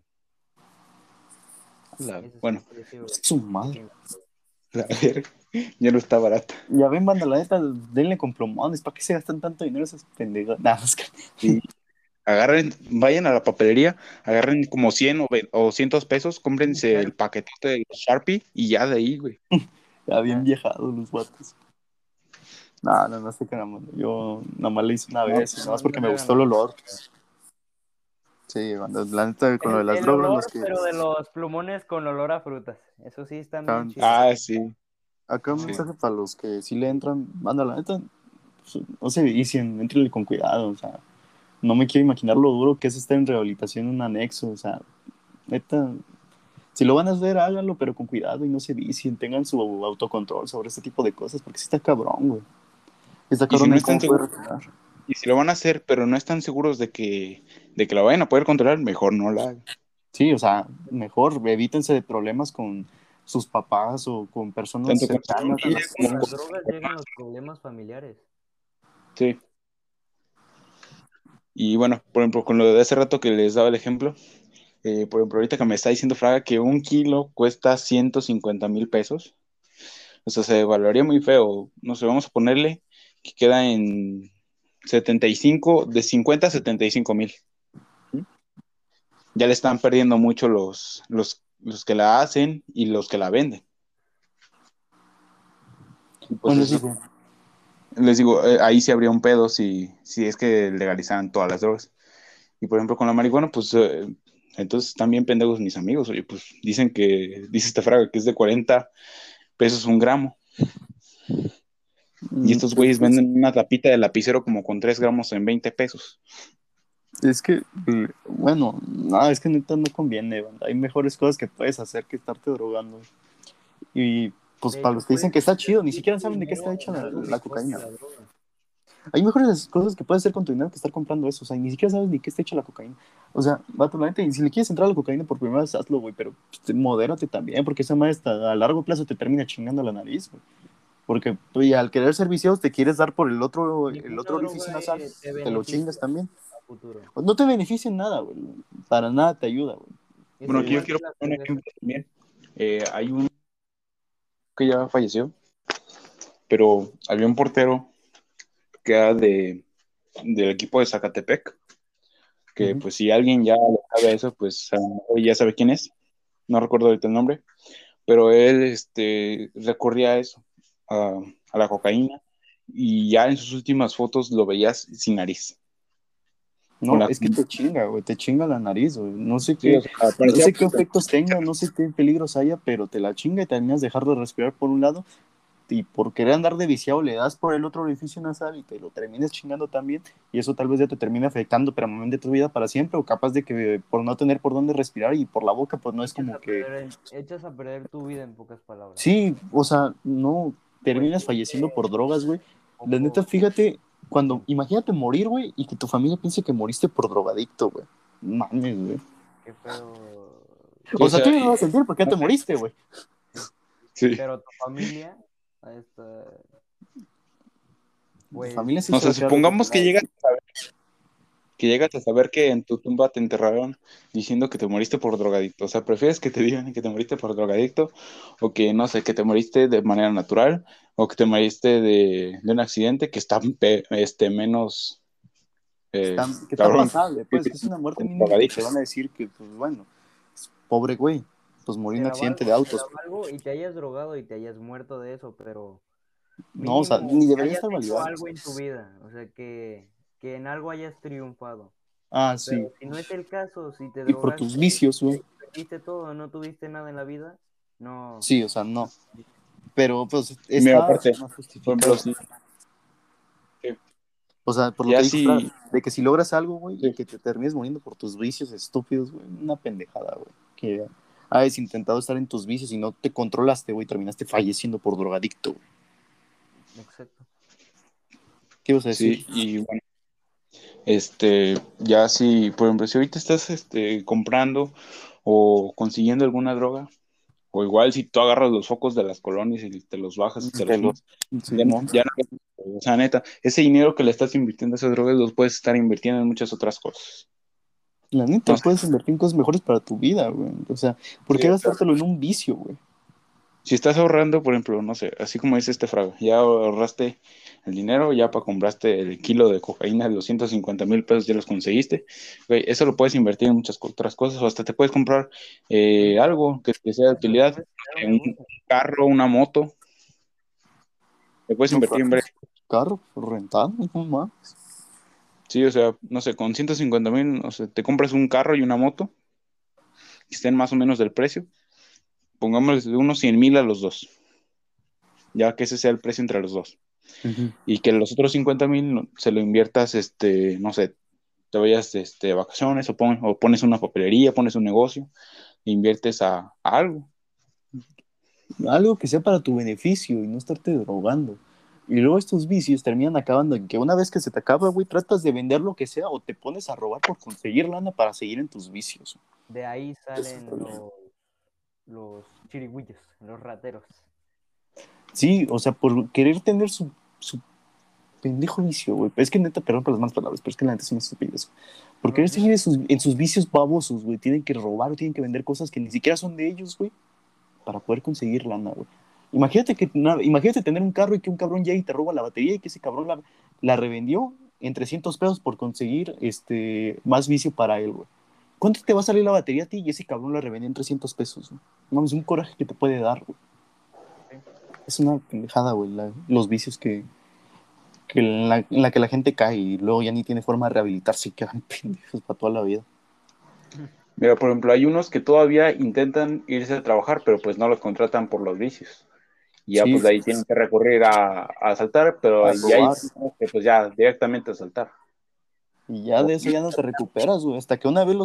Ese es el bueno, precio Su que madre. tiene. a ver, ya no está barata. Ya ven, banda, la neta, denle con plumones. ¿Para qué se gastan tanto dinero esas pendejas? Nada, es que Sí. Agarren, vayan a la papelería, agarren como 100 o 200 pesos, cómprense el paquetote de Sharpie y ya de ahí, güey. ya bien viajados los vatos. No sé qué nada más. Yo nomás le hice una No, vez, y nada más No porque le me hagan gustó el así. olor. Sí, banda, la neta, con lo de las El drogas, olor, los que pero de los plumones con olor a frutas. Eso sí están bien estaban. chidos. Sí, Acá un sí. mensaje para los que sí le entran. Banda, la neta, pues, no se vicien, entrenle con cuidado. O sea, no me quiero imaginar lo duro que es estar en rehabilitación en un anexo. O sea, neta, si lo van a hacer, háganlo, pero con cuidado y no se vicien. Tengan su autocontrol sobre este tipo de cosas, porque sí está cabrón, güey. Está Y si cabrón no el cómo están puede seguros, reaccionar. y si lo van a hacer, pero no están seguros de que lo vayan a poder controlar, mejor no la hagan. Sí, o sea, mejor evítense de problemas con sus papás o con personas Tanto con su Es cercanas. que familia ya con como las con sus drogas llegan papás. los problemas familiares. Sí. Y bueno, por ejemplo, con lo de hace rato que les daba el ejemplo, por ejemplo, ahorita que me está diciendo Fraga que un kilo cuesta 150,000 pesos, o sea, se evaluaría muy feo. No sé, vamos a ponerle que queda en 75, de 50 a 75,000. Ya le están perdiendo mucho los que la hacen y los que la venden. Y pues Bueno, eso, digo, les digo, ahí sí habría un pedo si es que legalizaran todas las drogas. Y por ejemplo, con la marihuana, pues entonces están bien pendejos mis amigos. Oye, pues dice esta fraga que es de 40 pesos un gramo. Y estos pues, güeyes venden una tapita de lapicero como con 3 gramos en 20 pesos. es que, bueno, no, es que neta no conviene, banda. Hay mejores cosas que puedes hacer que estarte drogando. Y pues De para hecho, los que dicen puedes que está chido, ni invertir siquiera tu saben de qué está dinero hecha en algo la mejor que cocaína. la droga. Hay mejores cosas que puedes hacer con tu dinero que estar comprando eso. O sea, ni siquiera sabes ni qué está hecha la cocaína. O sea, vato, la neta, y si le quieres entrar a la cocaína por primera vez, hazlo, güey, pero pues, modérate también, porque esa madre a largo plazo te termina chingando la nariz, güey. Porque pues, y al querer ser vicioso, te quieres dar por el Ninguna otro droga orificio nasal, te te lo chingas beneficia también. a futuro. Pues, no te beneficia en nada, güey. Para nada te ayuda, güey. Es Bueno, aquí yo igual quiero que la poner un cerveza. ejemplo también. Hay un que ya falleció, pero había un portero que era del equipo de Zacatepec, que Ujú. pues si alguien ya le sabe eso, pues a lo mejor ya sabe quién es. No recuerdo ahorita el nombre, pero él recurría a eso, a la cocaína, y ya en sus últimas fotos lo veías sin nariz. Con No, la, es que te chinga, güey, te chinga la nariz, güey. sí, o sea, No parecía sé qué efectos tenga, no sé qué peligros haya, pero te la chinga y terminas de dejar de respirar por un lado y por querer andar de viciado le das por el otro orificio nasal y te lo terminas chingando también y eso tal vez ya te termine afectando permanentemente tu vida para siempre o capaz de que por no tener por dónde respirar y por la boca pues no es como que Echas a perder tu vida en pocas palabras. sí, o sea, no Pues terminas sí, falleciendo por drogas, güey. La neta, poco. fíjate, Cuando, imagínate morir, güey, y que tu familia piense que moriste por drogadicto, güey. Mames, güey. Qué feo. Sí, O o sea, sea, tú ya no vas a sentir porque ya no te sé, moriste, güey. sí. Pero tu familia, esta, Tu pues, familia sí O se va sea, a quedar supongamos decepcionada. que llegas a saber que en tu tumba te enterraron diciendo que te moriste por drogadicto. O sea, ¿prefieres que te digan que te moriste por drogadicto o que, no sé, que te moriste de manera natural o que te moriste de un accidente que está menos Que está cabrón pasable, que pues, que es una muerte el mínimo que te drogadicto? van a decir que, pues, bueno, pobre güey, pues murió en un accidente de te la autos. valgo y te hayas drogado y te hayas muerto de eso, pero No, o sea, mínimo ni que debería hayas estar hecho validado. algo en tu vida, o sea, que en algo hayas triunfado. Ah, Pero sí. si no es el caso, si te Y por tus drogaste vicios, y güey. perdiste todo, no tuviste nada en la vida, no. Sí, o sea, no. Pero, pues, Y mira, está aparte, más por ejemplo, justificado. sí, sí, O sea, por lo ya que dijo Fran, sí, de que si logras algo, güey, y sí. que te termines muriendo por tus vicios estúpidos, güey, una pendejada, güey. Que hayas intentado estar en tus vicios y no te controlaste, güey, terminaste falleciendo por drogadicto, güey. Exacto. ¿Qué ibas a decir? Sí, y bueno, ya si, por ejemplo, si ahorita estás comprando o consiguiendo alguna droga, o igual si tú agarras los focos de las colonias y te los bajas y te los Te lo- fumas, ya, Simón. ya no, o sea, neta, ese dinero que le estás invirtiendo a esas drogas los puedes estar invirtiendo en muchas otras cosas. La neta, No sé, puedes invertir en cosas mejores para tu vida, güey. O sea, ¿por sí, qué o sea, gastártelo en un vicio, güey? si estás ahorrando, por ejemplo, no sé, así como dice este Fraga, ya ahorraste el dinero, ya para compraste el kilo de cocaína, los 150,000 pesos ya los conseguiste, güey, eso lo puedes invertir en muchas otras cosas, o hasta te puedes comprar algo que sea de Eso, utilidad, puedes crear un un negocio. carro, una moto, te puedes No, invertir en varias. carro rentado, no más. Sí, o sea, no sé, con 150,000, o sea, te compras un carro y una moto que estén más o menos del precio, pongamos de unos 100,000 a los dos, ya que ese sea el precio entre los dos. Ujú. Y que los otros 50,000 se lo inviertas, no sé, te vayas de vacaciones o pones una papelería, pones un negocio, e inviertes a algo. Algo que sea para tu beneficio y no estarte drogando. Y luego estos vicios terminan acabando en que una vez que se te acaba, güey, tratas de vender lo que sea o te pones a robar por conseguir lana para seguir en tus vicios. De ahí Ese es el salen problema. los chirigüillos, los rateros. Sí, o sea, por querer tener su pendejo vicio, güey. Es que neta, perdón por las malas palabras, pero es que la neta es una estupidez. Por querer Los seguir vicios, en sus vicios babosos, güey. Tienen que robar o tienen que vender cosas que ni siquiera son de ellos, güey, para poder conseguir lana, güey. Imagínate tener un carro y que un cabrón llegue y te roba la batería y que ese cabrón la revendió en 300 pesos por conseguir más vicio para él, güey. ¿Cuánto te va a salir la batería a ti y ese cabrón la revendió en 300 pesos? Güey? No, es un coraje que te puede dar, güey. sí. Es una pendejada, güey, los vicios en la que la gente cae y luego ya ni tiene forma de rehabilitarse y quedan pendejos para toda la vida. Mira, por ejemplo, hay unos que todavía intentan irse a trabajar, pero pues no los contratan por los vicios. Y ya Sí, pues de ahí tienen que recurrir a asaltar, pero a ya hay robar. unos que pues ya directamente a asaltar. Y ya O- de eso ya no te recuperas, güey. Hasta que una vez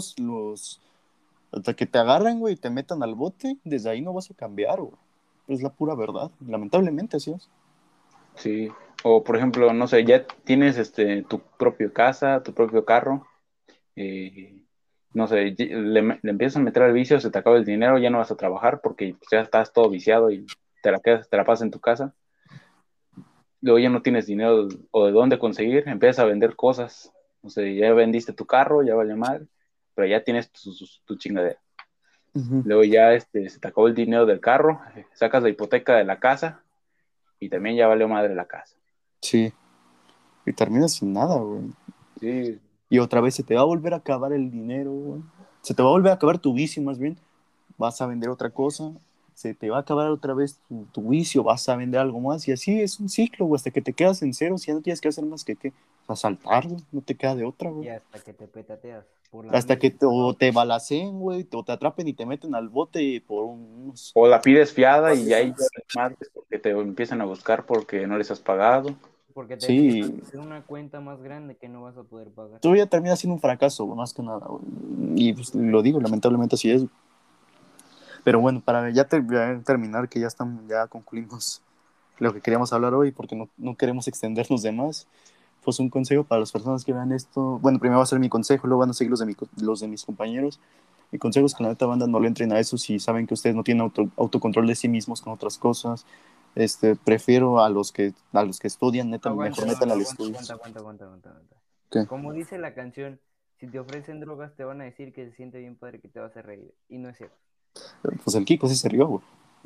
hasta que te agarran, güey, y te metan al bote, desde ahí no vas a cambiar, güey. Es la pura verdad. Lamentablemente así es. Sí, o por ejemplo, no sé, ya tienes tu propio casa, tu propio carro, eh, no sé, le empiezas a meter al vicio, se te acaba el dinero, ya no vas a trabajar porque pues, ya estás todo viciado y te la pasas en tu casa. Luego ya no tienes dinero o de dónde conseguir, empiezas a vender cosas. No sé, ya vendiste tu carro, ya vale mal, pero ya tienes tu chingadera. Ujú. Luego ya se te acabó el dinero del carro, sacas la hipoteca de la casa y también ya valió madre la casa. Sí. Y terminas sin nada, güey. Sí, Y otra vez se te va a volver a acabar el dinero, güey. Se te va a volver a acabar tu vicio, más bien. Vas a vender otra cosa. Se te va a acabar otra vez tu vicio. Vas a vender algo más. Y así es un ciclo, güey. Hasta que te quedas en cero. Si ya no tienes que hacer más que asaltar, güey. No te queda de otra, güey. Y hasta que te petateas por la Hasta que misma o droga. te balacen, güey, o te atrapen y te meten al bote por unos... o la pides fiada y ahí ya vales madres porque te empiezan a buscar porque no les has pagado. Porque te empiezan Sí, a hacer una cuenta más grande que no vas a poder pagar. tú ya terminas siendo un fracaso, güey, más que nada, güey. Y pues, lo digo, lamentablemente así es. Pero bueno, para ya terminar, que ya concluimos lo que queríamos hablar hoy, porque no queremos extendernos de más, pues un consejo para las personas que vean esto. Bueno, primero va a ser mi consejo, luego van a seguir los de mis compañeros. Mi consejo es que la neta banda no le entren a eso si saben que ustedes no tienen autocontrol de sí mismos con otras cosas. Prefiero a los que estudian, neta, Aguanta, mejor metan al aguanta, estudio. aguanta. ¿Qué? Como dice la canción, si te ofrecen drogas te van a decir que se siente bien padre que te vas a reír. Y no es cierto. Pues el Kiko sí se rió, güey.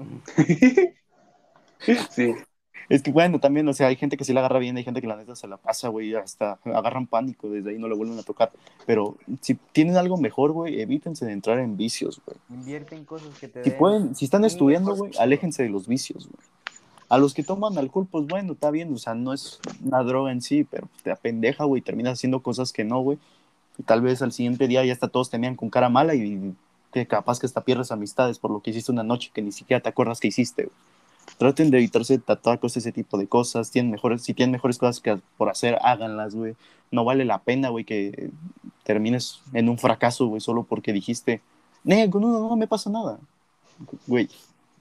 Sí. Es que bueno, también, o sea, hay gente que sí la agarra bien, hay gente que la neta se la pasa, güey, hasta agarran pánico, desde ahí no le vuelven a tocar. Pero si tienen algo mejor, güey, evítense de entrar en vicios, güey. Invierte en cosas que te Si den pueden, si están un estudiando, mejor güey, futuro. aléjense de los vicios, güey. A los que toman alcohol, pues bueno, está bien, o sea, no es una droga en sí, pero te apendeja, güey, terminas haciendo cosas que no, güey. Y tal vez al siguiente día ya hasta todos te miran con cara mala y que capaz que hasta pierdes amistades por lo que hiciste una noche que ni siquiera te acuerdas que hiciste, güey. Traten de evitarse tatuajes, ese tipo de cosas. Si tienen mejores cosas que por hacer, háganlas, güey. No vale la pena, güey, que termines en un fracaso, güey, solo porque dijiste, con uno no me pasa nada, güey.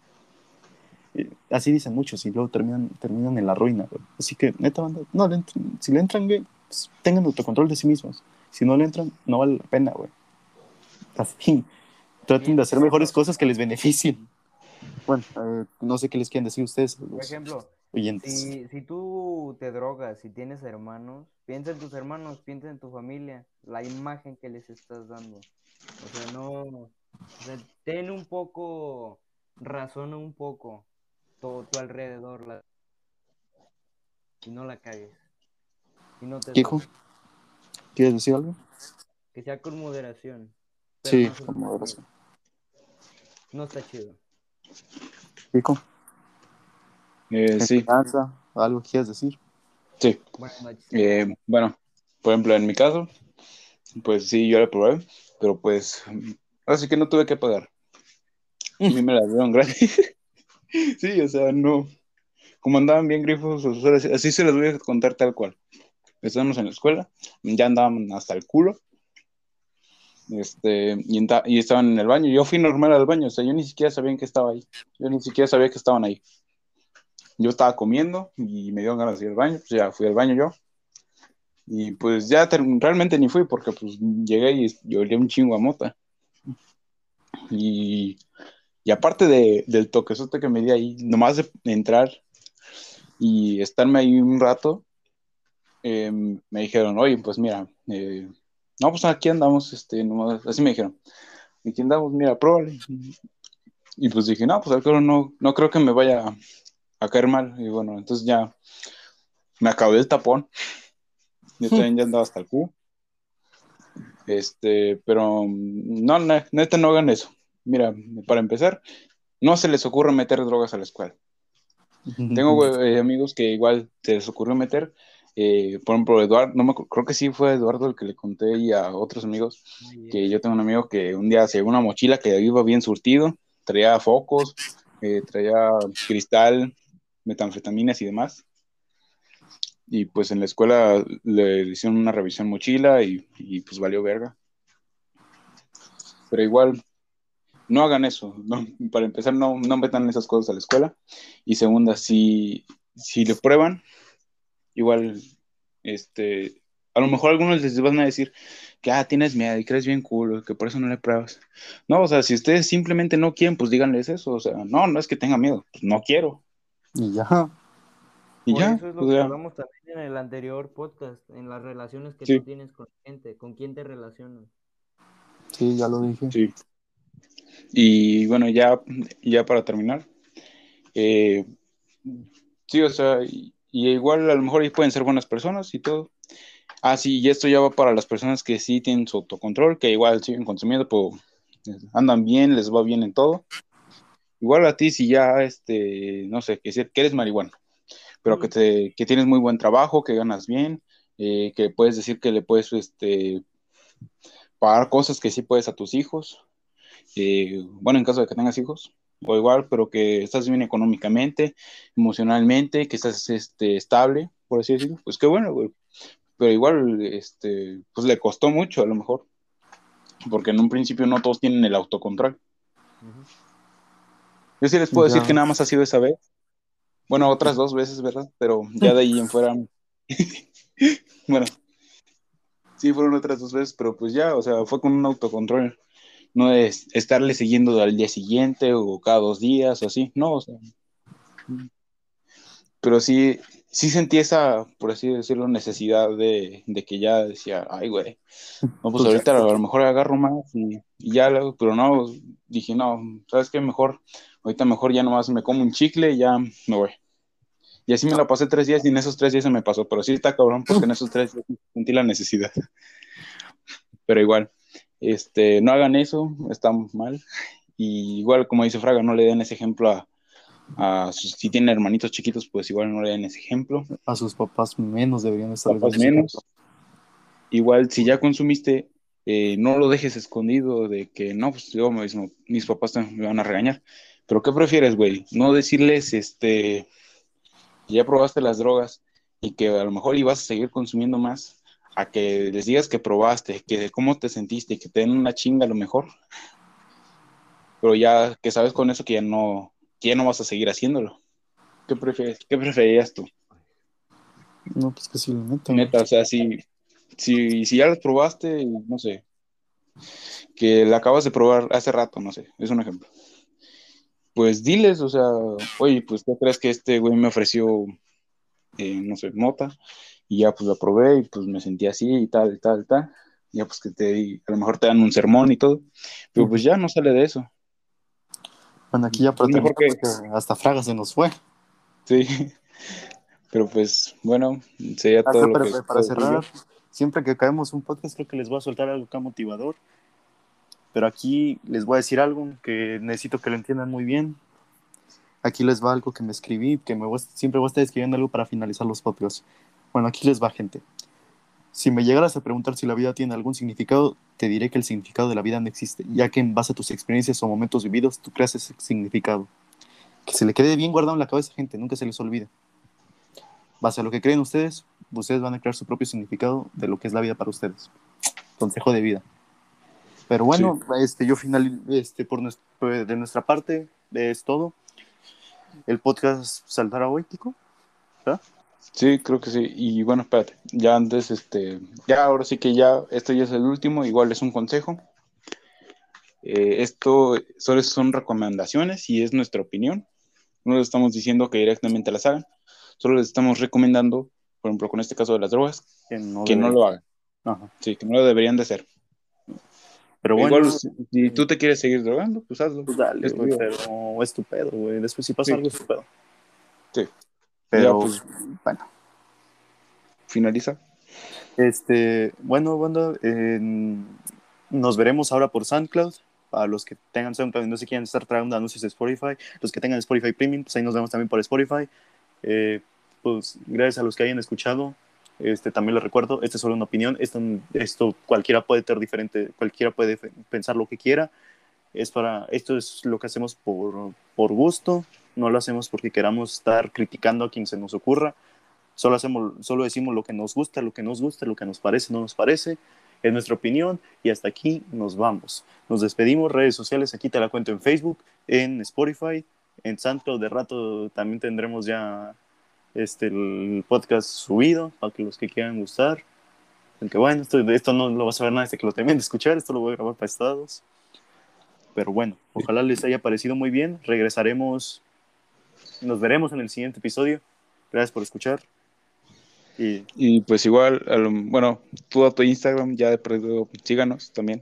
Así dicen muchos y luego terminan en la ruina, güey. Así que, neta, banda, no le entren. Si le entran, güey, pues, tengan autocontrol de sí mismos. Si no le entran, no vale la pena, güey. Así, traten Bien, de hacer mejores cosas que les beneficien. Bueno, no sé qué les quieren decir ustedes, por los ejemplo, oyentes. si tú te drogas, si tienes hermanos, piensa en tus hermanos, piensa en tu familia, la imagen que les estás dando. O sea, no, o sea, ten un poco, razona un poco tu alrededor y no la cagues y no te Hijo, drogues. ¿quieres decir algo? Que sea con moderación, pero Sí, no se con puede conmigo. moderación. No está chido. Hijo, Sí, esperanza, algo que quieras decir. sí. Buenas noches. Bueno, por ejemplo, en mi caso, pues sí, yo la probé, pero pues, así que no tuve que pagar. A mí me la dieron gratis. Sí, o sea, no. Como andaban bien grifos, o sea, así se los voy a contar tal cual. Estábamos en la escuela, ya andaban hasta el culo, y estaban en el baño. Yo fui normal al baño, o sea, yo ni siquiera sabía que estaba ahí. Yo ni siquiera sabía que estaban ahí. Yo estaba comiendo y me dio ganas de ir al baño, pues ya fui al baño yo. Y pues ya realmente ni fui porque pues llegué y olía un chingo a mota. Y, y aparte del toquezote que me di ahí, nomás de entrar y estarme ahí un rato, me dijeron, oye, pues mira, no, pues aquí andamos, nomás, así me dijeron, aquí andamos, mira, pruébale. Y pues dije, no, pues alcohol no creo que me vaya a caer mal. Y bueno, entonces ya me acabé el tapón, yo también ya andaba hasta el culo. Pero no, neta, no hagan eso. Mira, para empezar, no se les ocurre meter drogas a la escuela. Tengo amigos que igual se les ocurrió meter, por ejemplo, Eduardo, no creo que sí fue Eduardo el que le conté y a otros amigos, Muy bien. que yo tengo un amigo que un día se llevó una mochila que iba bien surtido, traía focos, traía cristal, metanfetaminas y demás. Y pues en la escuela le hicieron una revisión mochila y pues valió verga. Pero igual, no hagan eso, ¿no? Para empezar, no metan esas cosas a la escuela. Y segunda, si le prueban, igual, a lo mejor algunos les van a decir que, tienes miedo y crees bien cool, que por eso no le pruebas. No, o sea, si ustedes simplemente no quieren, pues díganles eso, o sea, no es que tenga miedo, pues no quiero. Y ya, Y Por ya, eso es o lo que sea, hablamos también en el anterior podcast, en las relaciones que tú sí, tienes con la gente, con quién te relacionas. sí, ya lo dije. sí. Y bueno, ya para terminar, eh, sí, o sea, y igual a lo mejor ahí pueden ser buenas personas y todo. Sí, y esto ya va para las personas que sí tienen su autocontrol, que igual siguen consumiendo, pero andan bien, les va bien en todo. Igual a ti, si ya, no sé, que eres marihuana, pero que tienes muy buen trabajo, que ganas bien, que puedes decir que le puedes, pagar cosas que sí puedes a tus hijos, bueno, en caso de que tengas hijos, o igual, pero que estás bien económicamente, emocionalmente, que estás, estable, por así decirlo, pues qué bueno, güey. Pero igual, pues le costó mucho a lo mejor, porque en un principio no todos tienen el autocontrol. Ujú. Yo sí les puedo decir que Ya, nada más ha sido esa vez, bueno, otras dos veces, ¿verdad? Pero ya de ahí en fuera, Bueno, sí fueron otras 2 veces, pero pues ya, o sea, fue con un autocontrol. No es estarle siguiendo al día siguiente o cada 2 días o así, no, o sea, pero sí sentí esa, por así decirlo, necesidad de que ya decía, ay, güey, no, pues Pues ya, ahorita a lo mejor agarro más y ya, pero no, dije, no, ¿sabes qué? Mejor, ahorita mejor ya nomás me como un chicle y ya me voy. Y así me la pasé 3 días y en esos 3 días se me pasó, pero sí está cabrón porque en esos 3 días sentí la necesidad. Pero igual, no hagan eso, está mal. Y igual, como dice Fraga, no le den ese ejemplo si tienen hermanitos chiquitos, pues igual no le den ese ejemplo. a sus papás menos deberían estarles Papás dando ese ejemplo. menos. Igual, si ya consumiste, no lo dejes escondido de que no, pues yo mismo, mis papás me van a regañar. Pero ¿qué prefieres, güey? No decirles, que ya probaste las drogas y que a lo mejor ibas a seguir consumiendo más, a que les digas que probaste, que cómo te sentiste, que te den una chinga a lo mejor, pero ya que sabes con eso que ya no vas a seguir haciéndolo. ¿Qué prefieres? ¿Qué preferirías tú? No, pues que sí, la neta, güey. Neta, o sea, si ya las probaste, no sé, que la acabas de probar hace rato, no sé, es un ejemplo. Pues diles, o sea, oye, pues ¿qué crees que este güey me ofreció, no sé, mota? Y ya pues la probé y pues me sentí así y tal, y tal, y tal. Y ya pues a lo mejor te dan un sermón y todo, pero pues Ujú. ya no sale de eso. Bueno, aquí ya Es para mejor terminar, que, porque hasta Fraga se nos fue. sí, pero pues bueno, sería todo Acá lo que para puedo decir yo. cerrar, siempre que caemos un podcast, creo que les voy a soltar algo acá motivador. Pero aquí les voy a decir algo que necesito que lo entiendan muy bien. Aquí les va algo que me escribí, siempre voy a estar escribiendo algo para finalizar los podcasts. Bueno, aquí les va, gente. Si me llegaras a preguntar si la vida tiene algún significado, te diré que el significado de la vida no existe, ya que en base a tus experiencias o momentos vividos, tú creas ese significado. Que se le quede bien guardado en la cabeza, gente, nunca se les olvide. Base a lo que creen ustedes, ustedes van a crear su propio significado de lo que es la vida para ustedes. Consejo de vida. Pero Sí, bueno, yo final, de nuestra parte es todo. El podcast saldrá hoy, Tico, ¿verdad? sí, creo que sí. Y bueno, espérate, ya antes, ya ahora sí que ya, esto ya es el último, igual es un consejo. Esto solo son recomendaciones y es nuestra opinión. No les estamos diciendo que directamente las hagan, solo les estamos recomendando, por ejemplo, con este caso de las drogas, Que no que no debería. lo hagan. Ajá. Sí, que no lo deberían de hacer. Pero Igual, bueno, si tú te quieres seguir drogando, pues hazlo. pues dale, Es tu güey, vida. pero es tu pedo, güey. Después si pasa Sí, algo es tu pedo. sí. Ya, Pero pues, bueno, finaliza. bueno, banda, nos veremos ahora por SoundCloud. Para los que tengan SoundCloud y no se quieran estar trayendo anuncios de Spotify, los que tengan Spotify Premium, pues ahí nos vemos también por Spotify. Pues gracias a los que hayan escuchado. También les recuerdo, esta es solo una opinión. Esto cualquiera puede ser diferente, cualquiera puede pensar lo que quiera. Esto es lo que hacemos por gusto, no lo hacemos porque queramos estar criticando a quien se nos ocurra. Solo decimos lo que nos gusta, lo que nos gusta, lo que nos parece, no nos parece. Es nuestra opinión y hasta aquí nos vamos. Nos despedimos, redes sociales, aquí te la cuento en Facebook, en Spotify, en Santo de rato también tendremos ya el podcast subido para que los que quieran gustar. Aunque bueno, esto no lo vas a ver nada hasta que lo terminen de escuchar, esto lo voy a grabar para estados. Pero bueno, ojalá les haya parecido muy bien. Regresaremos, nos veremos en el siguiente episodio. Gracias por escuchar. Y Y pues igual, bueno, tú a tu Instagram ya de perdido, síganos también.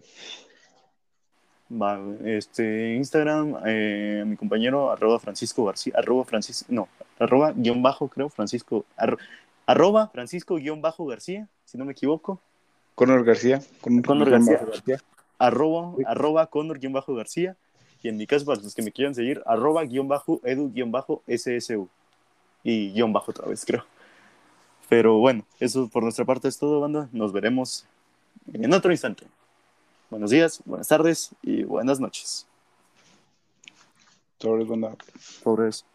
va, Instagram, mi compañero, arroba Francisco García, arroba guión bajo, creo, arroba Francisco guión bajo García, si no me equivoco. Conor García, con Conor guión García, bajo García. arroba Conor guión bajo García. Y en mi caso, para los que me quieran seguir, arroba guión bajo edu guión bajo SSU. Y guión bajo otra vez, creo. Pero bueno, eso por nuestra parte es todo, banda. Nos veremos en otro instante. Buenos días, buenas tardes y buenas noches. Sobre, banda. Pobres.